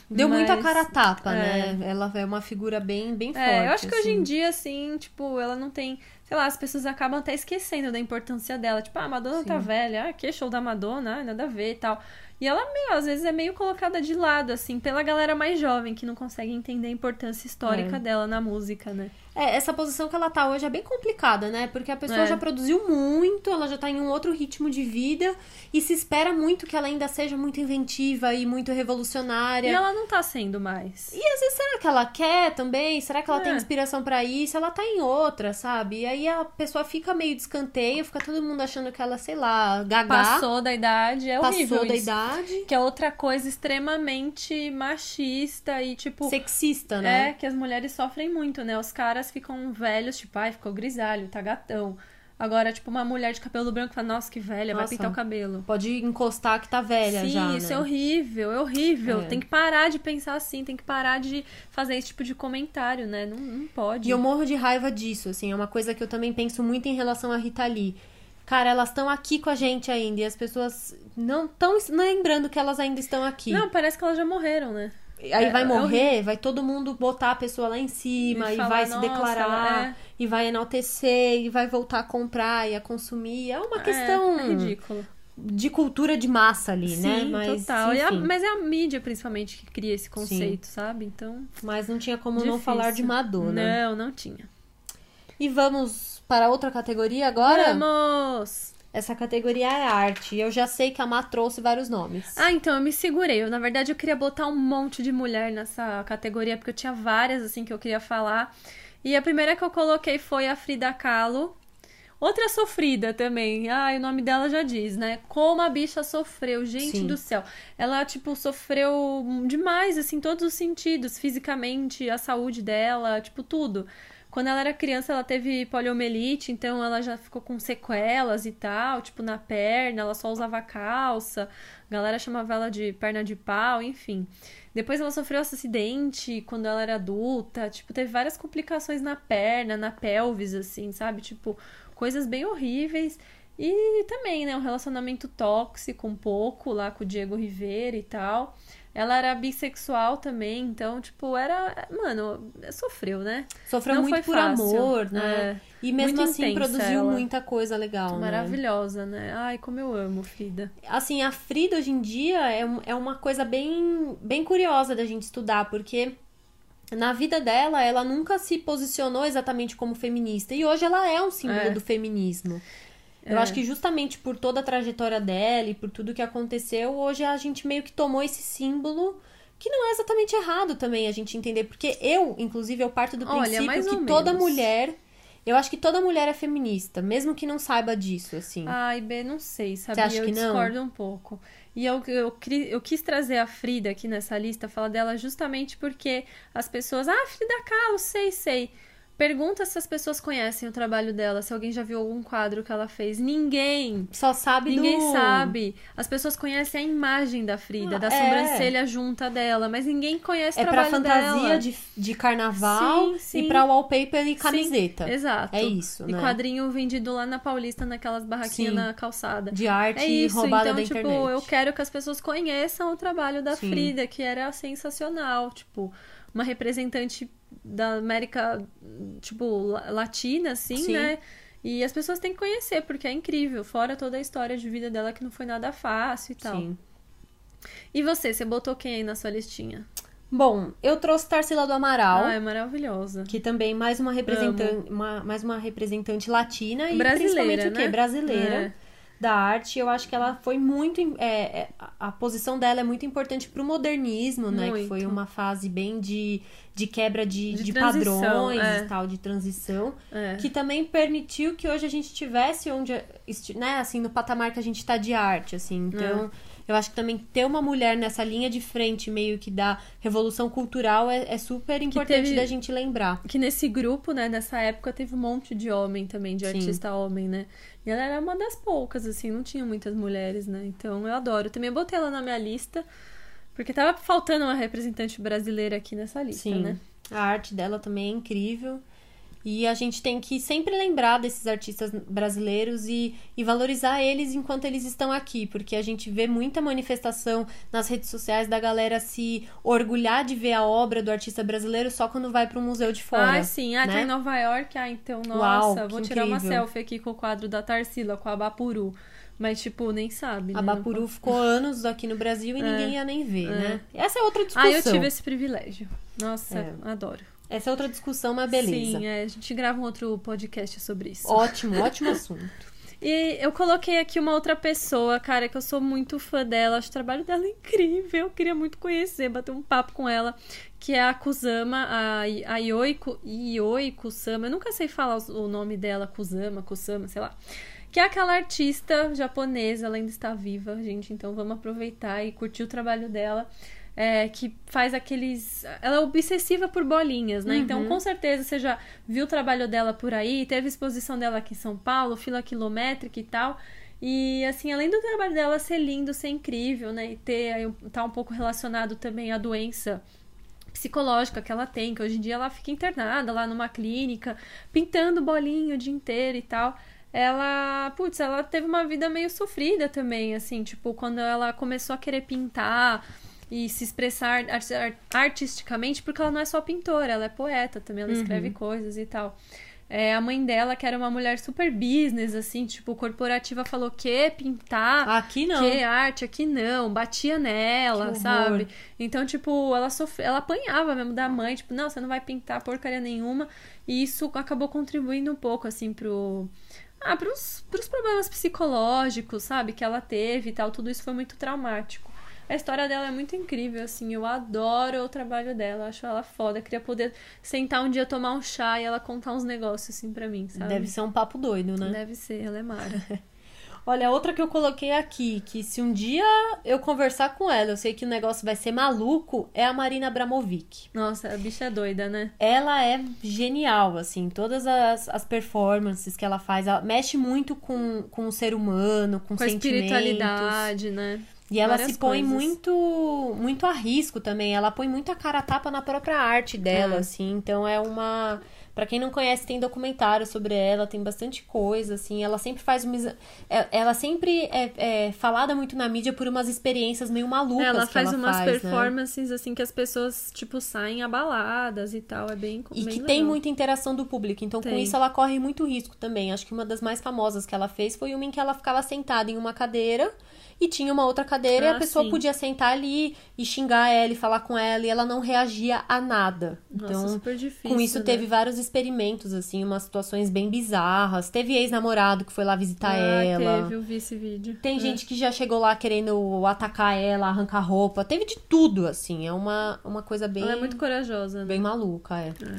Deu muito a Mas, cara a tapa, né? Ela é uma figura bem forte. eu acho que hoje em assim. dia, assim, tipo, ela não tem... Sei lá, as pessoas acabam até esquecendo da importância dela. Tipo, a Madonna tá velha. Que show da Madonna? Nada a ver e tal. E ela, às vezes, é meio colocada de lado, assim, pela galera mais jovem, que não consegue entender a importância histórica dela na música, né? Essa posição que ela tá hoje é bem complicada, né? Porque a pessoa já produziu muito, ela já tá em um outro ritmo de vida e se espera muito que ela ainda seja muito inventiva e muito revolucionária. E ela não tá sendo mais. E às vezes, será que ela quer também? Será que ela tem inspiração pra isso? Ela tá em outra, sabe? E aí a pessoa fica meio de escanteio, fica todo mundo achando que ela, sei lá, gaga. Passou da idade, é horrível Passou da isso. idade. Que é outra coisa extremamente machista e, tipo... Sexista, né? Que as mulheres sofrem muito, né? Os caras ficam velhos, tipo, ai, ficou grisalho, tá gatão. Agora, tipo, uma mulher de cabelo branco fala, nossa, que velha, vai pintar o cabelo. Pode encostar que tá velha. Sim, já, isso né? é horrível, é horrível. Tem que parar de pensar assim, tem que parar de fazer esse tipo de comentário, né? Não pode. E eu morro de raiva disso, assim, é uma coisa que eu também penso muito em relação a Rita Lee. Cara, elas estão aqui com a gente ainda e as pessoas não estão lembrando que elas ainda estão aqui. Não, parece que elas já morreram, né? Aí vai morrer, vai todo mundo botar a pessoa lá em cima e falar, vai se nossa, declarar e vai enaltecer e vai voltar a comprar e a consumir. É uma questão ridículo. de cultura de massa ali, Sim, né? Mas, total. enfim. Mas é a mídia, principalmente, que cria esse conceito, sabe? Então... Mas não tinha como não falar de Madonna. Não tinha. E vamos para outra categoria agora? Vamos! Essa categoria é arte. Eu já sei que a Má trouxe vários nomes. Ah, então eu me segurei. Na verdade, eu queria botar um monte de mulher nessa categoria, porque eu tinha várias, assim, que eu queria falar. E a primeira que eu coloquei foi a Frida Kahlo. Outra sofrida também. Ah, o nome dela já diz, né? Como a bicha sofreu, gente do céu. Ela, tipo, sofreu demais, assim, em todos os sentidos. Fisicamente, a saúde dela, tipo, tudo. Quando ela era criança, ela teve poliomielite, então ela já ficou com sequelas e tal, tipo, na perna, ela só usava calça, a galera chamava ela de perna de pau, enfim. Depois ela sofreu esse acidente quando ela era adulta, tipo, teve várias complicações na perna, na pelvis, assim, sabe? Tipo, coisas bem horríveis. E também, né, um relacionamento tóxico um pouco lá com o Diego Rivera e tal. Ela era bissexual também, então, tipo, era... Mano, sofreu, né? Sofreu não muito foi por fácil. amor, né? E mesmo muito assim intensa produziu ela. muita coisa legal, Maravilhosa, né? Ai, como eu amo Frida. Assim, a Frida hoje em dia é uma coisa bem curiosa da gente estudar, porque na vida dela, ela nunca se posicionou exatamente como feminista. E hoje ela é um símbolo do feminismo. Eu acho que justamente por toda a trajetória dela e por tudo que aconteceu, hoje a gente meio que tomou esse símbolo, que não é exatamente errado também a gente entender. Porque inclusive, eu parto do princípio que toda mulher... Eu acho que toda mulher é feminista, mesmo que não saiba disso, assim. Ai, B, não sei, sabia? Você acha que não? Eu discordo um pouco. E eu quis trazer a Frida aqui nessa lista, falar dela justamente porque as pessoas... Ah, Frida Kahlo, sei. Pergunta se as pessoas conhecem o trabalho dela, se alguém já viu algum quadro que ela fez. Ninguém. Só sabe Ninguém sabe. As pessoas conhecem a imagem da Frida, da sobrancelha junta dela, mas ninguém conhece o trabalho dela. É pra fantasia de carnaval e pra wallpaper e camiseta. Sim, exato. É isso, né? E quadrinho vendido lá na Paulista, naquelas barraquinhas na calçada. De arte roubada da internet. Então, tipo, eu quero que as pessoas conheçam o trabalho da Frida, que era sensacional. Tipo, uma representante da América, tipo, latina, assim, né? E as pessoas têm que conhecer, porque é incrível. Fora toda a história de vida dela, que não foi nada fácil e tal. Sim. E você botou quem aí na sua listinha? Bom, eu trouxe Tarsila do Amaral. Ah, é maravilhosa. Que também mais uma representante latina e brasileira, principalmente o quê? Né? Brasileira. Da arte, eu acho que ela foi muito... a posição dela é muito importante pro modernismo, né? Que foi uma fase bem de quebra de padrões e tal, de transição. Que também permitiu que hoje a gente estivesse onde... né, assim, no patamar que a gente tá de arte, assim. Então, eu acho que também ter uma mulher nessa linha de frente, meio que da revolução cultural, é super importante da gente lembrar. Que nesse grupo, né, nessa época, teve um monte de homem também, de artista homem, né? E ela era uma das poucas, assim, não tinha muitas mulheres, né? Então eu adoro. Eu também botei ela na minha lista, porque tava faltando uma representante brasileira aqui nessa lista, né? A arte dela também é incrível. E a gente tem que sempre lembrar desses artistas brasileiros e valorizar eles enquanto eles estão aqui, porque a gente vê muita manifestação nas redes sociais da galera se orgulhar de ver a obra do artista brasileiro só quando vai para um museu de fora. Ah, sim. Ah, né? tá em Nova York. Ah, então, nossa, Uau, vou que tirar uma incrível. selfie aqui com o quadro da Tarsila, com a Bapuru. Mas, tipo, nem sabe, né? A Bapuru ficou anos aqui no Brasil e ninguém ia nem ver, né? Essa é outra discussão. Ah, eu tive esse privilégio. Nossa, adoro. Essa é outra discussão, mas beleza. Sim, a gente grava um outro podcast sobre isso. Ótimo, ótimo assunto. E eu coloquei aqui uma outra pessoa, cara, que eu sou muito fã dela. Acho o trabalho dela incrível. Eu queria muito conhecer, bater um papo com ela. Que é a Kusama, a Yoi Kusama. Eu nunca sei falar o nome dela, Kusama, sei lá. Que é aquela artista japonesa, ela ainda está viva, gente. Então vamos aproveitar e curtir o trabalho dela. Que faz aqueles... Ela é obsessiva por bolinhas, né? Então, com certeza, você já viu o trabalho dela por aí. Teve exposição dela aqui em São Paulo, fila quilométrica e tal. E, assim, além do trabalho dela ser lindo, ser incrível, né? E tá um pouco relacionado também à doença psicológica que ela tem. Que hoje em dia ela fica internada lá numa clínica, pintando bolinha o dia inteiro e tal. Ela teve uma vida meio sofrida também, assim. Tipo, quando ela começou a querer pintar... e se expressar artisticamente, porque ela não é só pintora, ela é poeta também, ela escreve coisas e tal. A mãe dela, que era uma mulher super business, assim, tipo, corporativa, falou que pintar, aqui não. que arte, aqui não, batia nela, sabe? Então, tipo, ela apanhava mesmo da mãe, tipo, não, você não vai pintar porcaria nenhuma, e isso acabou contribuindo um pouco, assim, pros problemas psicológicos, sabe, que ela teve e tal, tudo isso foi muito traumático. A história dela é muito incrível, assim, eu adoro o trabalho dela, acho ela foda. Eu queria poder sentar um dia, tomar um chá e ela contar uns negócios, assim, pra mim, sabe? Deve ser um papo doido, né? Deve ser, ela é mara. Olha, outra que eu coloquei aqui, que se um dia eu conversar com ela, eu sei que o negócio vai ser maluco, é a Marina Abramovic. Nossa, a bicha é doida, né? Ela é genial, assim, todas as performances que ela faz, ela mexe muito com o ser humano, com sentimentos. Com a espiritualidade, né? E ela Várias se põe coisas. muito a risco também. Ela põe muita cara a tapa na própria arte dela, assim. Então é uma... Pra quem não conhece, tem documentário sobre ela, tem bastante coisa, assim. Ela sempre faz ela sempre é falada muito na mídia por umas experiências meio malucas Ela que faz ela umas faz, performances, né? Assim, que as pessoas, tipo, saem abaladas e tal. É bem E bem que legal. tem muita interação do público. Então, com Tem. isso, ela corre muito risco também. Acho que uma das mais famosas que ela fez foi uma em que ela ficava sentada em uma cadeira e tinha uma outra cadeira e a pessoa sim. podia sentar ali e xingar ela e falar com ela e ela não reagia a nada. Nossa, Então, super difícil, com isso né? teve vários experimentos, assim, umas situações bem bizarras. Teve ex-namorado que foi lá visitar ela. Teve, eu vi esse vídeo. Tem gente que já chegou lá querendo atacar ela, arrancar roupa. Teve de tudo, assim. É uma coisa bem... Ela é muito corajosa, né? Bem maluca,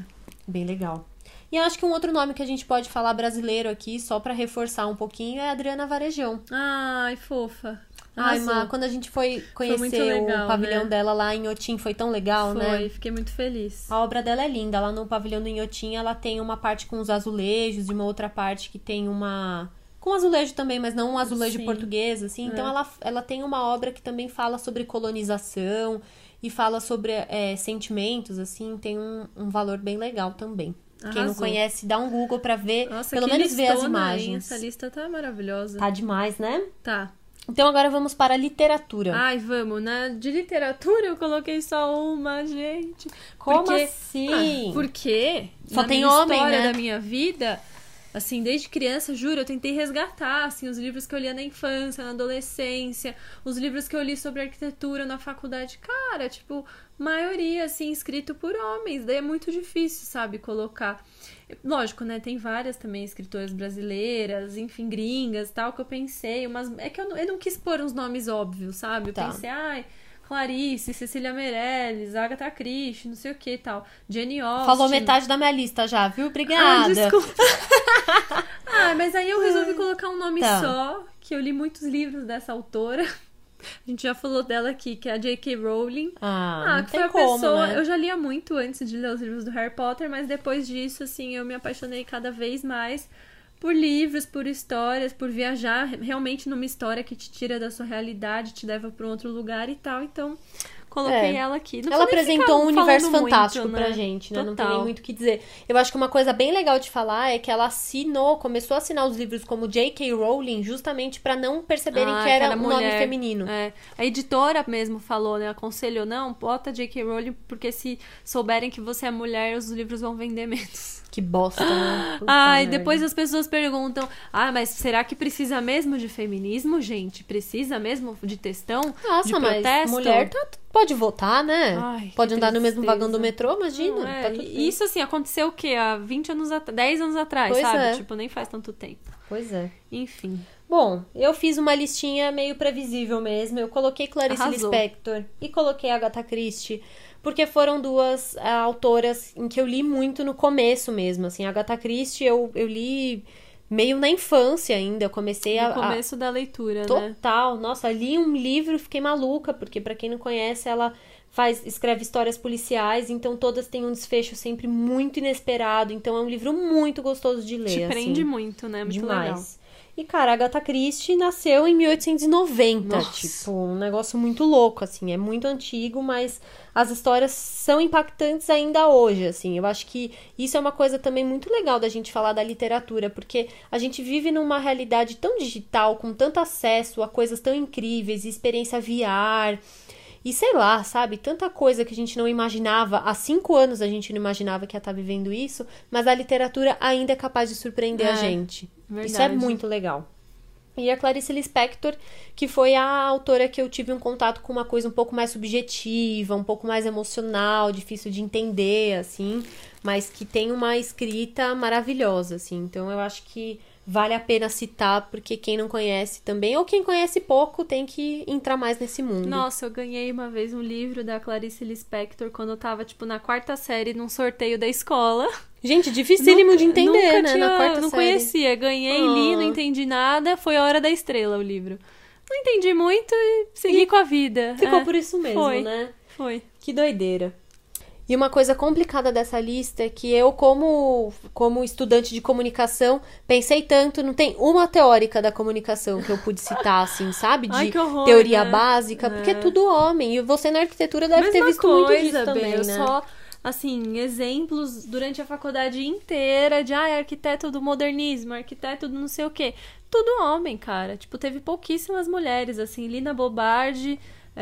Bem legal. E eu acho que um outro nome que a gente pode falar brasileiro aqui, só pra reforçar um pouquinho, é a Adriana Varejão. Ai, fofa. Ai, Arrasou. Má, quando a gente foi conhecer muito legal, o pavilhão né? dela lá em Inhotim, foi tão legal, né? Foi, fiquei muito feliz. A obra dela é linda. Lá no pavilhão do Inhotim, ela tem uma parte com os azulejos e uma outra parte que tem uma... com azulejo também, mas não um azulejo Sim. português, assim. Então, ela tem uma obra que também fala sobre colonização e fala sobre sentimentos, assim. Tem um valor bem legal também. Quem não Arrasou. conhece, dá um Google pra ver, Nossa, pelo que menos ver as listona, hein? imagens. Essa lista tá maravilhosa. Tá demais, né? Tá. Então agora vamos para a literatura. Ai, vamos, né? De literatura eu coloquei só uma, gente. Como Porque- assim? Porque Só na tem minha homem, história né? da minha vida, assim, desde criança, juro, eu tentei resgatar, assim, os livros que eu lia na infância, na adolescência, os livros que eu li sobre arquitetura na faculdade. Cara, tipo, maioria, assim, escrito por homens. Daí é muito difícil, sabe, colocar. Lógico, né, tem várias também escritoras brasileiras, enfim, gringas, tal, que eu pensei, mas é que eu não quis pôr uns nomes óbvios, sabe? Eu Tá. pensei, ai, Clarice, Cecília Meirelles, Agatha Christie, não sei o que e tal, Jane Austen. Falou metade da minha lista já, viu? Obrigada. Ah, desculpa. Mas aí eu resolvi colocar um nome Tá. só, que eu li muitos livros dessa autora. A gente já falou dela aqui, que é a J.K. Rowling. Não Que foi tem a como, pessoa... né? Eu já lia muito antes de ler os livros do Harry Potter, mas depois disso, assim, eu me apaixonei cada vez mais por livros, por histórias, por viajar realmente numa história que te tira da sua realidade, te leva para um outro lugar e tal. Então, coloquei ela aqui. Não ela precisa nem apresentou um ficar universo falando fantástico muito, né? pra gente, né? Não tem Total. nem muito o que dizer. Eu acho que uma coisa bem legal de falar é que ela começou a assinar os livros como J.K. Rowling justamente pra não perceberem que era um nome mulher. feminino. É. A editora mesmo falou, né? Aconselhou, não, bota J.K. Rowling, porque se souberem que você é mulher, os livros vão vender menos. Que bosta, né? Puta Ai, merda. depois as pessoas perguntam, mas será que precisa mesmo de feminismo, gente? Precisa mesmo de textão? Nossa, de mas protesto? mulher pode votar, né? Ai, pode que andar no mesmo tristeza. vagão do metrô, imagina. Não, é. Tá tudo bem. Isso, assim, aconteceu o quê? Há 20 anos atrás, 10 anos atrás, Pois sabe? é. Tipo, nem faz tanto tempo. Pois é. Enfim. Bom, eu fiz uma listinha meio previsível mesmo. Eu coloquei Clarice Arrasou. Lispector e coloquei Agatha Christie, porque foram duas autoras em que eu li muito no começo mesmo, assim. Agatha Christie eu li meio na infância ainda. Eu comecei No começo da leitura, né? Total. Nossa, li um livro e fiquei maluca, porque pra quem não conhece, ela escreve histórias policiais, então todas têm um desfecho sempre muito inesperado. Então é um livro muito gostoso de ler. Te prende assim. muito, né? Muito Demais. legal. E, cara, a Agatha Christie nasceu em 1890. Nossa. Tipo, um negócio muito louco, assim. É muito antigo, mas as histórias são impactantes ainda hoje, assim. Eu acho que isso é uma coisa também muito legal da gente falar da literatura, porque a gente vive numa realidade tão digital, com tanto acesso a coisas tão incríveis, experiência VR... E sei lá, sabe? Tanta coisa que a gente não imaginava. Há 5 anos a gente não imaginava que ia estar vivendo isso. Mas a literatura ainda é capaz de surpreender a gente. Verdade. Isso é muito legal. E a Clarice Lispector, que foi a autora que eu tive um contato com uma coisa um pouco mais subjetiva, um pouco mais emocional, difícil de entender, assim. Mas que tem uma escrita maravilhosa, assim. Então eu acho que vale a pena citar, porque quem não conhece também, ou quem conhece pouco, tem que entrar mais nesse mundo. Nossa, eu ganhei uma vez um livro da Clarice Lispector quando eu tava, tipo, na 4ª série, num sorteio da escola. Gente, dificílimo de entender, né? Tinha, Na 4ª não série. conhecia. Ganhei, li, não entendi nada. Foi a Hora da Estrela, o livro. Não entendi muito e segui com a vida. Ficou por isso mesmo, foi, né? Foi. Que doideira. E uma coisa complicada dessa lista é que eu, como estudante de comunicação, pensei tanto, não tem uma teórica da comunicação que eu pude citar, assim, sabe? De Ai, que horror, teoria né? básica, porque é tudo homem. E você na arquitetura deve ter visto muito disso também, eu né? só, assim, exemplos durante a faculdade inteira de, arquiteto do modernismo, arquiteto do não sei o quê. Tudo homem, cara. Tipo, teve pouquíssimas mulheres, assim, Lina Bobardi,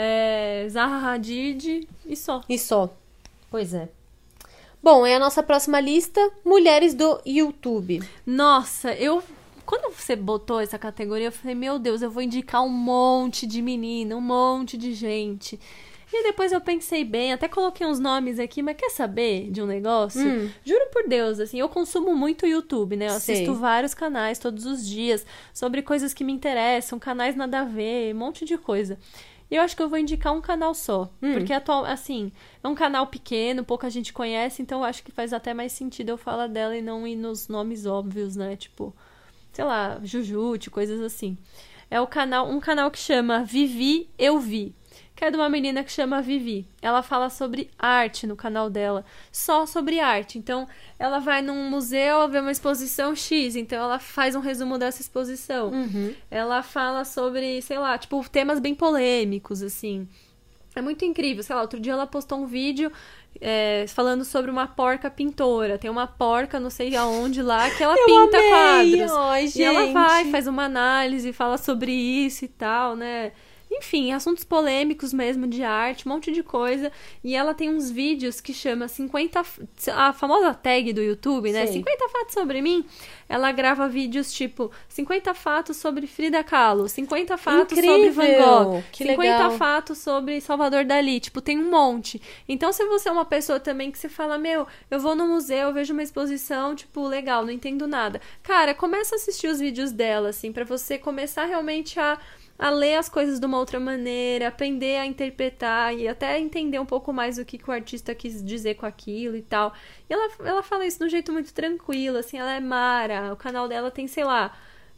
Zaha Hadid e só. E só. Pois é. Bom, é a nossa próxima lista, mulheres do YouTube. Nossa, quando você botou essa categoria, eu falei, meu Deus, eu vou indicar um monte de menina, um monte de gente. E depois eu pensei bem, até coloquei uns nomes aqui, mas quer saber de um negócio? Juro por Deus, assim, eu consumo muito YouTube, né? Eu assisto vários canais todos os dias sobre coisas que me interessam, canais nada a ver, um monte de coisa. E eu acho que eu vou indicar um canal só. Porque, assim, é um canal pequeno, pouca gente conhece, então eu acho que faz até mais sentido eu falar dela e não ir nos nomes óbvios, né? Tipo, sei lá, Jujute, coisas assim. É um canal que chama Vivi Eu Vi, que é de uma menina que chama Vivi. Ela fala sobre arte no canal dela, só sobre arte. Então, ela vai num museu ver uma exposição X, então ela faz um resumo dessa exposição. Ela fala sobre, sei lá, tipo, temas bem polêmicos, assim. É muito incrível, sei lá, outro dia ela postou um vídeo falando sobre uma porca pintora. Tem uma porca, não sei aonde lá, que ela pinta quadros. Ai, gente. E ela faz uma análise, fala sobre isso e tal, né? Enfim, assuntos polêmicos mesmo de arte, um monte de coisa. E ela tem uns vídeos que chama 50... A famosa tag do YouTube, né? Sei. 50 fatos sobre mim. Ela grava vídeos tipo 50 fatos sobre Frida Kahlo, 50 fatos sobre Van Gogh, Que 50 legal. fatos sobre Salvador Dalí. Tipo, tem um monte. Então, se você é uma pessoa também que você fala, eu vou no museu, eu vejo uma exposição, tipo, legal, não entendo nada. Cara, começa a assistir os vídeos dela, assim, pra você começar realmente a ler as coisas de uma outra maneira, aprender a interpretar e até entender um pouco mais o que o artista quis dizer com aquilo e tal. E ela fala isso de um jeito muito tranquilo, assim, ela é mara, o canal dela tem, sei lá,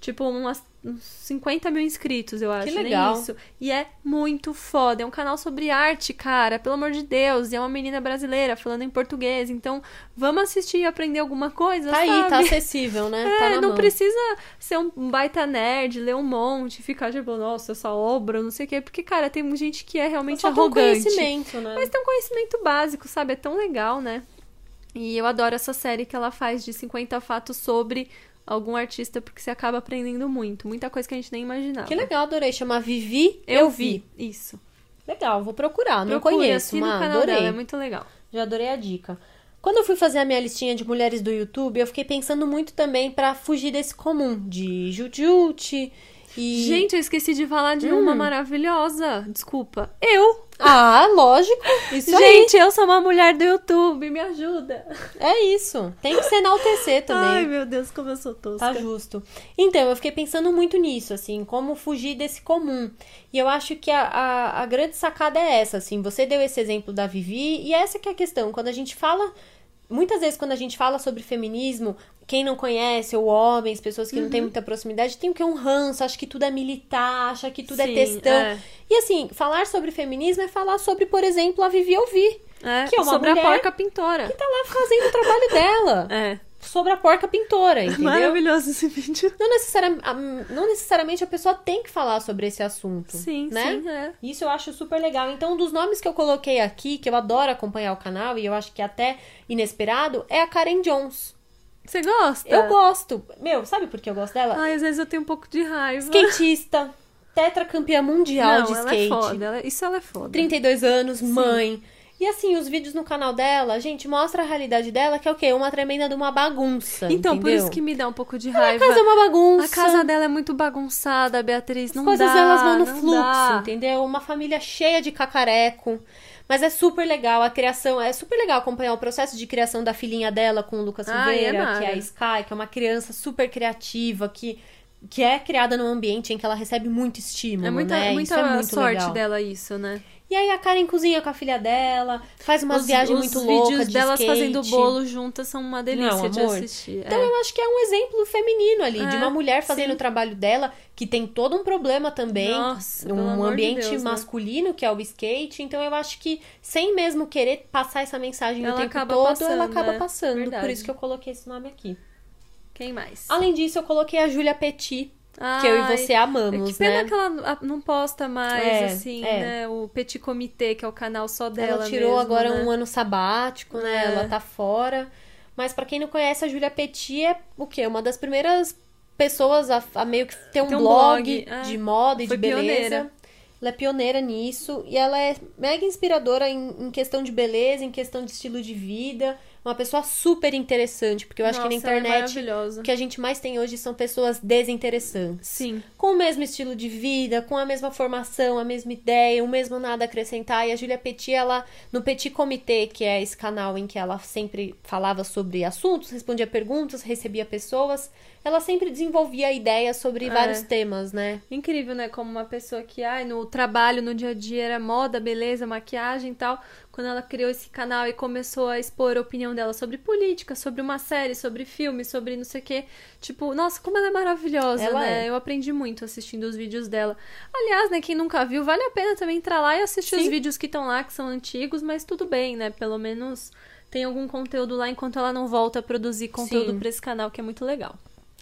tipo, uns 50 mil inscritos, eu acho. Que legal. Nem isso. E é muito foda. É um canal sobre arte, cara. Pelo amor de Deus. E é uma menina brasileira falando em português. Então, vamos assistir e aprender alguma coisa, Tá sabe? aí, tá acessível, né? Tá na Não mão. precisa ser um baita nerd, ler um monte, ficar tipo, nossa, essa obra, não sei o quê. Porque, cara, tem gente que é realmente Só tem um arrogante. conhecimento, né? Mas tem um conhecimento básico, sabe? É tão legal, né? E eu adoro essa série que ela faz de 50 fatos sobre algum artista, porque você acaba aprendendo muito. Muita coisa que a gente nem imaginava. Que legal, adorei. Chama Vivi, Eu vi. Isso. Legal, vou procurar. Não Procura, conheço, assina o mas canal adorei. dela, é muito legal. Já adorei a dica. Quando eu fui fazer a minha listinha de mulheres do YouTube, eu fiquei pensando muito também pra fugir desse comum de Jujute e... Gente, eu esqueci de falar de uma maravilhosa. Desculpa. Eu! Ah, lógico. Isso aí. Gente, eu sou uma mulher do YouTube, me ajuda. É isso. Tem que se enaltecer também. Ai, meu Deus, como eu sou tosca. Tá justo. Então, eu fiquei pensando muito nisso, assim, como fugir desse comum. E eu acho que a grande sacada é essa, assim, você deu esse exemplo da Vivi, e essa que é a questão. Quando a gente fala, muitas vezes quando a gente fala sobre feminismo, quem não conhece, ou homens, pessoas que não têm muita proximidade, tem o que? Um ranço, acha que tudo é militar, acha que tudo é Sim, textão. é. E assim, falar sobre feminismo é falar sobre, por exemplo, a Vivi Ovi, que é uma sobre mulher a porca pintora. que tá lá fazendo o trabalho dela. É. Sobre a porca pintora, entendeu? Maravilhoso esse vídeo. Não necessariamente a pessoa tem que falar sobre esse assunto. Sim, né? sim, é. Isso eu acho super legal. Então, um dos nomes que eu coloquei aqui, que eu adoro acompanhar o canal, e eu acho que é até inesperado, é a Karen Jones. Você gosta? Eu gosto. Meu, sabe por que eu gosto dela? Ai, às vezes eu tenho um pouco de raiva. Skatista, tetracampeã mundial Não, de ela skate. é foda. Isso ela é foda. 32 anos, mãe. E assim, os vídeos no canal dela, gente, mostra a realidade dela, que é o quê? Uma tremenda de uma bagunça, Então, por entendeu? isso que me dá um pouco de A raiva. casa é uma bagunça. A casa dela é muito bagunçada, Beatriz. Não As coisas dá, elas vão no não fluxo, dá. entendeu? Uma família cheia de cacareco. Mas é super legal a criação, é super legal acompanhar o processo de criação da filhinha dela com o Lucas Silveira, é que é a Sky, que é uma criança super criativa, que é criada num ambiente em que ela recebe muito estímulo, É muita, né? muita Isso é muito sorte legal. dela isso, né? E aí a Karen cozinha com a filha dela, faz umas viagens muito loucas Os vídeos de delas skate. fazendo bolo juntas são uma delícia Não, de amor. assistir. Então eu acho que é um exemplo feminino ali, de É, uma mulher fazendo sim. o trabalho dela, que tem todo um problema também, Nossa, pelo um amor de ambiente Deus, né? masculino, que é o skate. Então eu acho que, sem mesmo querer passar essa mensagem o Ela tempo acaba todo, passando, ela acaba é. passando. Verdade. Por isso que eu coloquei esse nome aqui. Quem mais? Além disso, eu coloquei a Julia Petit, que eu e você amamos, que pena né? que ela não posta mais, É, assim, é. né? O Petit Comité, que é o canal só dela Ela tirou mesmo, agora né? um ano sabático, né? É. Ela tá fora. Mas pra quem não conhece, a Julia Petit é o quê? Uma das primeiras pessoas a meio que ter um Tem um blog blog, é. de moda e Foi de beleza. pioneira. Ela é pioneira nisso. E ela é mega inspiradora em questão de beleza, em questão de estilo de vida. Uma pessoa super interessante, porque eu acho que na Nossa, ela é internet maravilhosa. o que a gente mais tem hoje são pessoas desinteressantes. Sim. Com o mesmo estilo de vida, com a mesma formação, a mesma ideia, o mesmo nada a acrescentar. E a Julia Petit, ela, no Petit Comité, que é esse canal em que ela sempre falava sobre assuntos, respondia perguntas, recebia pessoas, ela sempre desenvolvia ideias sobre vários temas, né? Incrível, né? Como uma pessoa que, no trabalho, no dia a dia, era moda, beleza, maquiagem e tal. Quando ela criou esse canal e começou a expor a opinião dela sobre política, sobre uma série, sobre filme, sobre não sei o quê. Tipo, nossa, como ela é maravilhosa, Ela né? é. Eu aprendi muito assistindo os vídeos dela. Aliás, né, quem nunca viu, vale a pena também entrar lá e assistir os Sim. vídeos que estão lá, que são antigos, mas tudo bem, né? Pelo menos tem algum conteúdo lá enquanto ela não volta a produzir conteúdo Sim. pra esse canal, que é muito legal.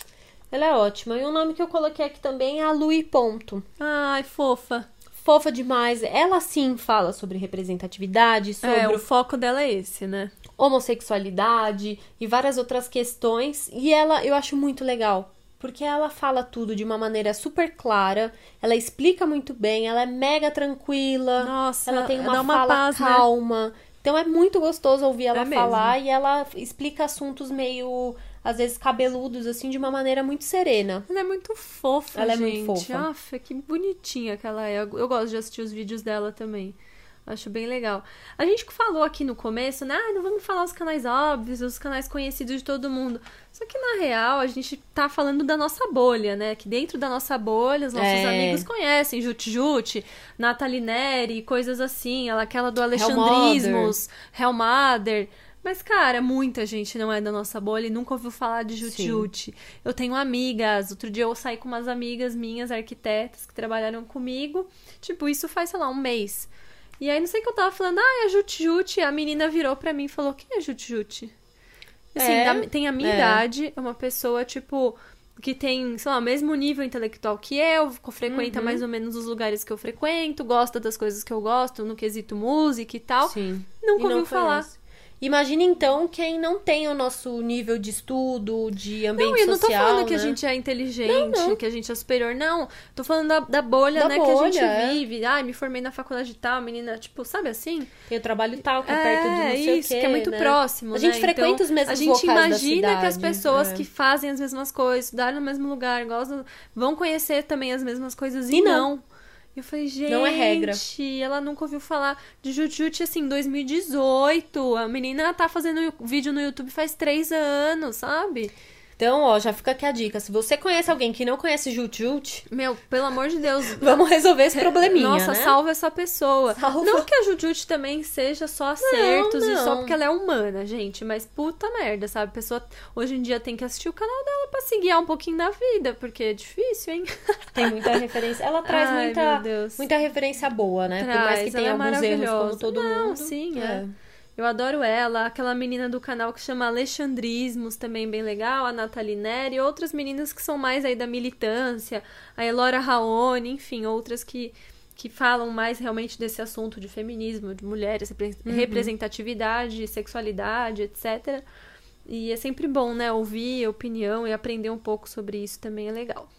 Ela é ótima. E o nome que eu coloquei aqui também é a Lui Ponto. Ai, fofa. Fofa demais. Ela sim fala sobre representatividade, sobre O foco dela é esse, né? homossexualidade e várias outras questões. E ela, eu acho muito legal, porque ela fala tudo de uma maneira super clara, ela explica muito bem, ela é mega tranquila, Nossa, ela tem dá uma uma fala paz, né? calma. Então é muito gostoso ouvir ela mesmo. falar e ela explica assuntos meio, às vezes, cabeludos, assim, de uma maneira muito serena. Ela é muito fofa, Ela é gente. muito fofa. Aff, que bonitinha que ela é. Eu gosto de assistir os vídeos dela também. Acho bem legal. A gente falou aqui no começo, né? Não vamos falar os canais óbvios, os canais conhecidos de todo mundo. Só que, na real, a gente tá falando da nossa bolha, né? Que dentro da nossa bolha, os nossos amigos conhecem Jut Jut, Nathalie Neri, coisas assim. Aquela do Alexandrismos, Hellmother. Mas, cara, muita gente não é da nossa bolha e nunca ouviu falar de Jut-Jut. Eu tenho amigas. Outro dia eu saí com umas amigas minhas, arquitetas, que trabalharam comigo. Tipo, isso faz, sei lá, um mês. E aí, não sei o que eu tava falando. É Jut-Jut. A menina virou pra mim e falou, quem é Jut-Jut? Assim, tem a minha idade. É uma pessoa, tipo, que tem, sei lá, o mesmo nível intelectual que eu. Frequenta mais ou menos os lugares que eu frequento. Gosta das coisas que eu gosto, no quesito música e tal. Sim. Nunca ouviu falar. Imagina, então, quem não tem o nosso nível de estudo, de ambiente social, Não, eu não tô falando né? que a gente é inteligente, Não. que a gente é superior, não. Tô falando da bolha, né, que a gente vive. Ai, me formei na faculdade tal, menina, tipo, sabe assim? Tem o trabalho tal, que é perto de não sei o quê, que é muito né? próximo, A gente frequenta então, os mesmos locais locais da cidade. A gente imagina que as cidade, pessoas que fazem as mesmas coisas, estudaram no mesmo lugar, gostam, vão conhecer também as mesmas coisas e não. Eu falei, gente, não é regra. Ela nunca ouviu falar de Jut-Jut, assim, 2018. A menina tá fazendo vídeo no YouTube faz 3 anos, sabe? Então, ó, já fica aqui a dica. Se você conhece alguém que não conhece Jut-Jut... Meu, pelo amor de Deus. Vamos resolver esse probleminha, Nossa, né? salva essa pessoa. Salva. Não que a Jut-Jut também seja só acertos e só porque ela é humana, gente. Mas puta merda, sabe? A pessoa hoje em dia tem que assistir o canal dela pra se guiar um pouquinho na vida. Porque é difícil, hein? Tem muita referência. Ela traz muita referência boa, né? Por mais que tenha alguns erros como todo mundo. Sim, Eu adoro ela, aquela menina do canal que chama Alexandrismos, também bem legal, a Nathalie Neri, e outras meninas que são mais aí da militância, a Elora Raoni, enfim, outras que falam mais realmente desse assunto de feminismo, de mulheres, representatividade, sexualidade, etc. E é sempre bom, né, ouvir a opinião e aprender um pouco sobre isso também é legal.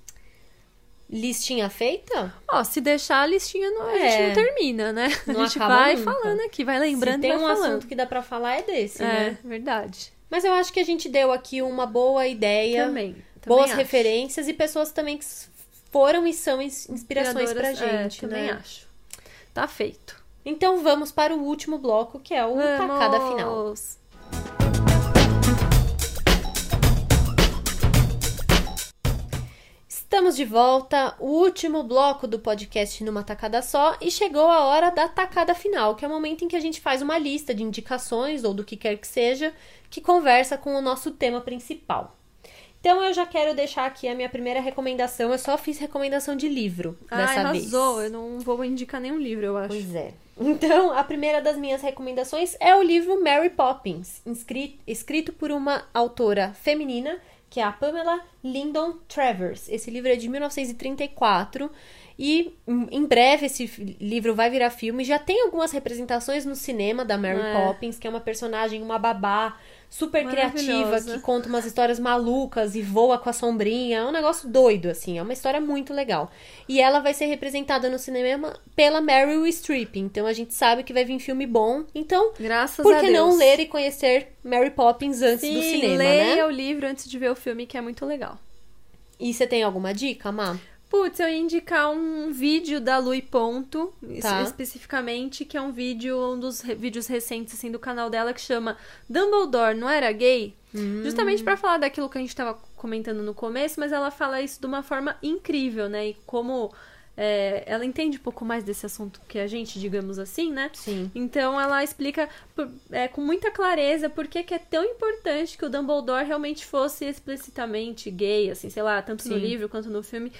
Listinha feita? Ó, se deixar a listinha, a gente não termina, né? Não a gente acaba vai nunca. falando aqui, vai lembrando e vai falando. Se tem um assunto que dá pra falar é desse, né? É, verdade. Mas eu acho que a gente deu aqui uma boa ideia. Também boas acho. referências e pessoas também que foram e são inspirações pra gente, né? Também acho. Tá feito. Então vamos para o último bloco, que é o tacada final. Estamos de volta, o último bloco do podcast numa tacada só, e chegou a hora da tacada final, que é o momento em que a gente faz uma lista de indicações, ou do que quer que seja, que conversa com o nosso tema principal. Então eu já quero deixar aqui a minha primeira recomendação, eu só fiz recomendação de livro dessa vez. Arrasou, eu não vou indicar nenhum livro, eu acho. Pois é. Então, a primeira das minhas recomendações é o livro Mary Poppins, escrito por uma autora feminina, que é a Pamela Lyndon Travers. Esse livro é de 1934 e em breve esse livro vai virar filme. Já tem algumas representações no cinema da Mary Poppins, que é uma personagem, uma babá super criativa, que conta umas histórias malucas e voa com a sombrinha. É um negócio doido, assim. É uma história muito legal. E ela vai ser representada no cinema pela Meryl Streep. Então a gente sabe que vai vir filme bom. Então, graças por a que Deus. não ler e conhecer Mary Poppins antes do cinema, leia né? o livro antes de ver o filme, que é muito legal. E você tem alguma dica, Má? Putz, eu ia indicar um vídeo da Lui Ponto, especificamente, que é um dos vídeos recentes, assim, do canal dela, que chama Dumbledore Não Era Gay? Justamente pra falar daquilo que a gente tava comentando no começo, mas ela fala isso de uma forma incrível, né? E como ela entende um pouco mais desse assunto que a gente, digamos assim, né? Sim. Então ela explica com muita clareza por que é tão importante que o Dumbledore realmente fosse explicitamente gay, assim, sei lá, tanto no livro quanto no filme.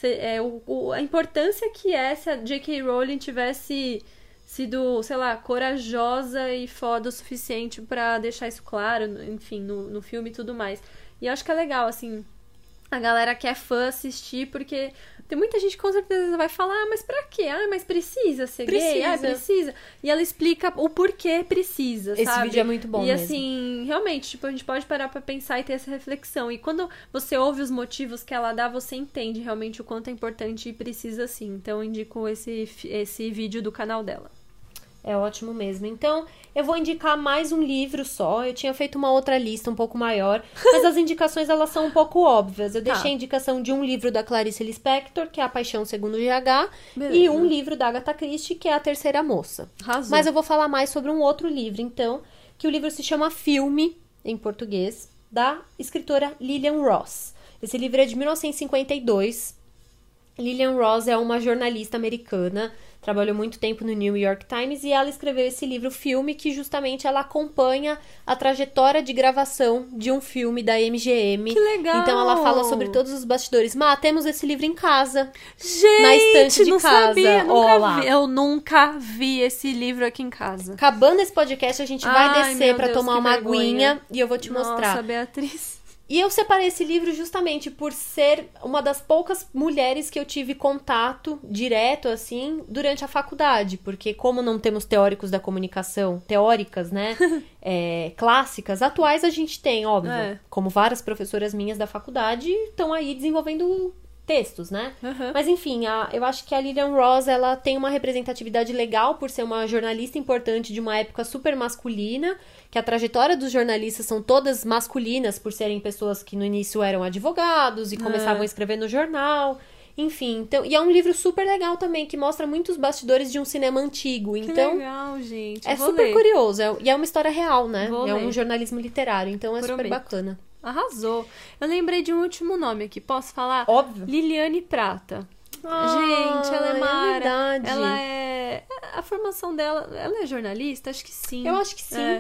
A importância que é se a J.K. Rowling tivesse sido, sei lá, corajosa e foda o suficiente pra deixar isso claro, enfim, no filme e tudo mais. E eu acho que é legal, assim, a galera que é fã assistir, porque tem muita gente que com certeza vai falar, mas pra quê? Mas precisa ser gay? Precisa. E ela explica o porquê precisa, sabe? Esse vídeo é muito bom mesmo. E assim, realmente, tipo, a gente pode parar pra pensar e ter essa reflexão. E quando você ouve os motivos que ela dá, você entende realmente o quanto é importante e precisa sim. Então, eu indico esse vídeo do canal dela. É ótimo mesmo. Então, eu vou indicar mais um livro só. Eu tinha feito uma outra lista um pouco maior, mas as indicações, elas são um pouco óbvias. Eu deixei a indicação de um livro da Clarice Lispector, que é A Paixão Segundo GH, e um livro da Agatha Christie, que é A Terceira Moça. Arrasou. Mas eu vou falar mais sobre um outro livro, então, que o livro se chama Filme, em português, da escritora Lillian Ross. Esse livro é de 1952. Lillian Ross é uma jornalista americana, trabalhou muito tempo no New York Times e ela escreveu esse livro-filme que justamente ela acompanha a trajetória de gravação de um filme da MGM. Que legal! Então ela fala sobre todos os bastidores. Temos esse livro em casa. Gente, na estante de não casa. Sabia, Ó, eu nunca vi esse livro aqui em casa. Acabando esse podcast, a gente vai descer pra Deus, tomar uma vergonha. aguinha e eu vou te mostrar. Nossa, Beatriz. E eu separei esse livro justamente por ser uma das poucas mulheres que eu tive contato direto, assim, durante a faculdade. Porque como não temos teóricos da comunicação, teóricas, né, clássicas, atuais a gente tem, óbvio. Como várias professoras minhas da faculdade estão aí desenvolvendo textos, né? Uhum. Mas enfim, eu acho que a Lillian Ross, ela tem uma representatividade legal por ser uma jornalista importante de uma época super masculina, que a trajetória dos jornalistas são todas masculinas, por serem pessoas que no início eram advogados e começavam a escrever no jornal. Enfim, então, e é um livro super legal também, que mostra muitos bastidores de um cinema antigo. Que Então, legal, gente. é Vou super ler. curioso. E é uma história real, né? Vou É ler. um jornalismo literário, então é super Prometo. bacana. Arrasou. Eu lembrei de um último nome aqui. Posso falar? Óbvio. Liliane Prata. Gente, ela é mara. verdade. Ela é... A formação dela... Ela é jornalista? Acho que sim. Eu acho que sim.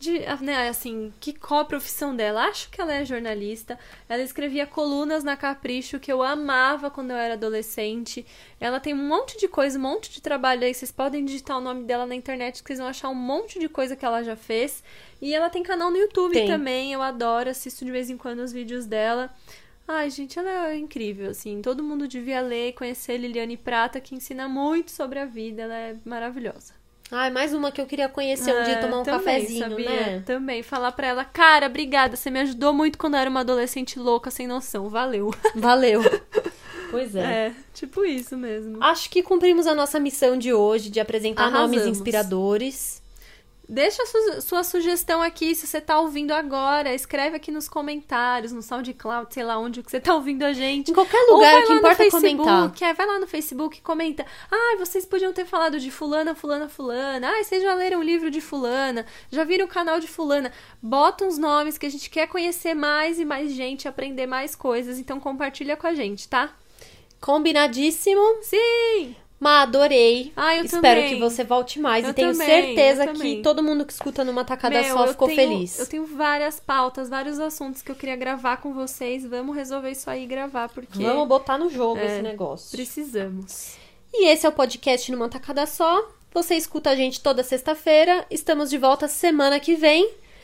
Né, assim, qual a profissão dela? Acho que ela é jornalista. Ela escrevia colunas na Capricho, que eu amava quando eu era adolescente. Ela tem um monte de coisa, um monte de trabalho aí. Vocês podem digitar o nome dela na internet, que vocês vão achar um monte de coisa que ela já fez. E ela tem canal no YouTube também. Eu adoro, assisto de vez em quando os vídeos dela. Ai, gente, ela é incrível, assim. Todo mundo devia ler e conhecer Liliane Prata, que ensina muito sobre a vida. Ela é maravilhosa. Ai, mais uma que eu queria conhecer um dia, tomar um também, cafezinho, sabia? né? Também, falar pra ela, cara, obrigada, você me ajudou muito quando eu era uma adolescente louca, sem noção, valeu. Valeu. Pois é. É, tipo isso mesmo. Acho que cumprimos a nossa missão de hoje, de apresentar nomes inspiradores. Deixa a sua sugestão aqui, se você tá ouvindo agora, escreve aqui nos comentários, no SoundCloud, sei lá onde que você tá ouvindo a gente. Em qualquer lugar, que importa é comentar. Vai lá no Facebook e comenta. Vocês podiam ter falado de fulana, fulana, fulana. Vocês já leram o livro de fulana, já viram o canal de fulana. Bota uns nomes que a gente quer conhecer mais e mais gente, aprender mais coisas, então compartilha com a gente, tá? Combinadíssimo. Sim! Adorei. Eu Espero também. que você volte mais. Eu E tenho também, certeza eu também. que todo mundo que escuta numa tacada só ficou feliz. Eu tenho várias pautas, vários assuntos que eu queria gravar com vocês. Vamos resolver isso aí e gravar, porque... Vamos botar no jogo esse negócio. Precisamos. E esse é o podcast numa tacada só. Você escuta a gente toda sexta-feira. Estamos de volta semana que vem.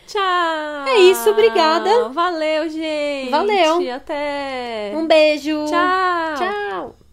Tchau! É isso, obrigada. Valeu, gente! Valeu! Até! Um beijo! Tchau! Tchau!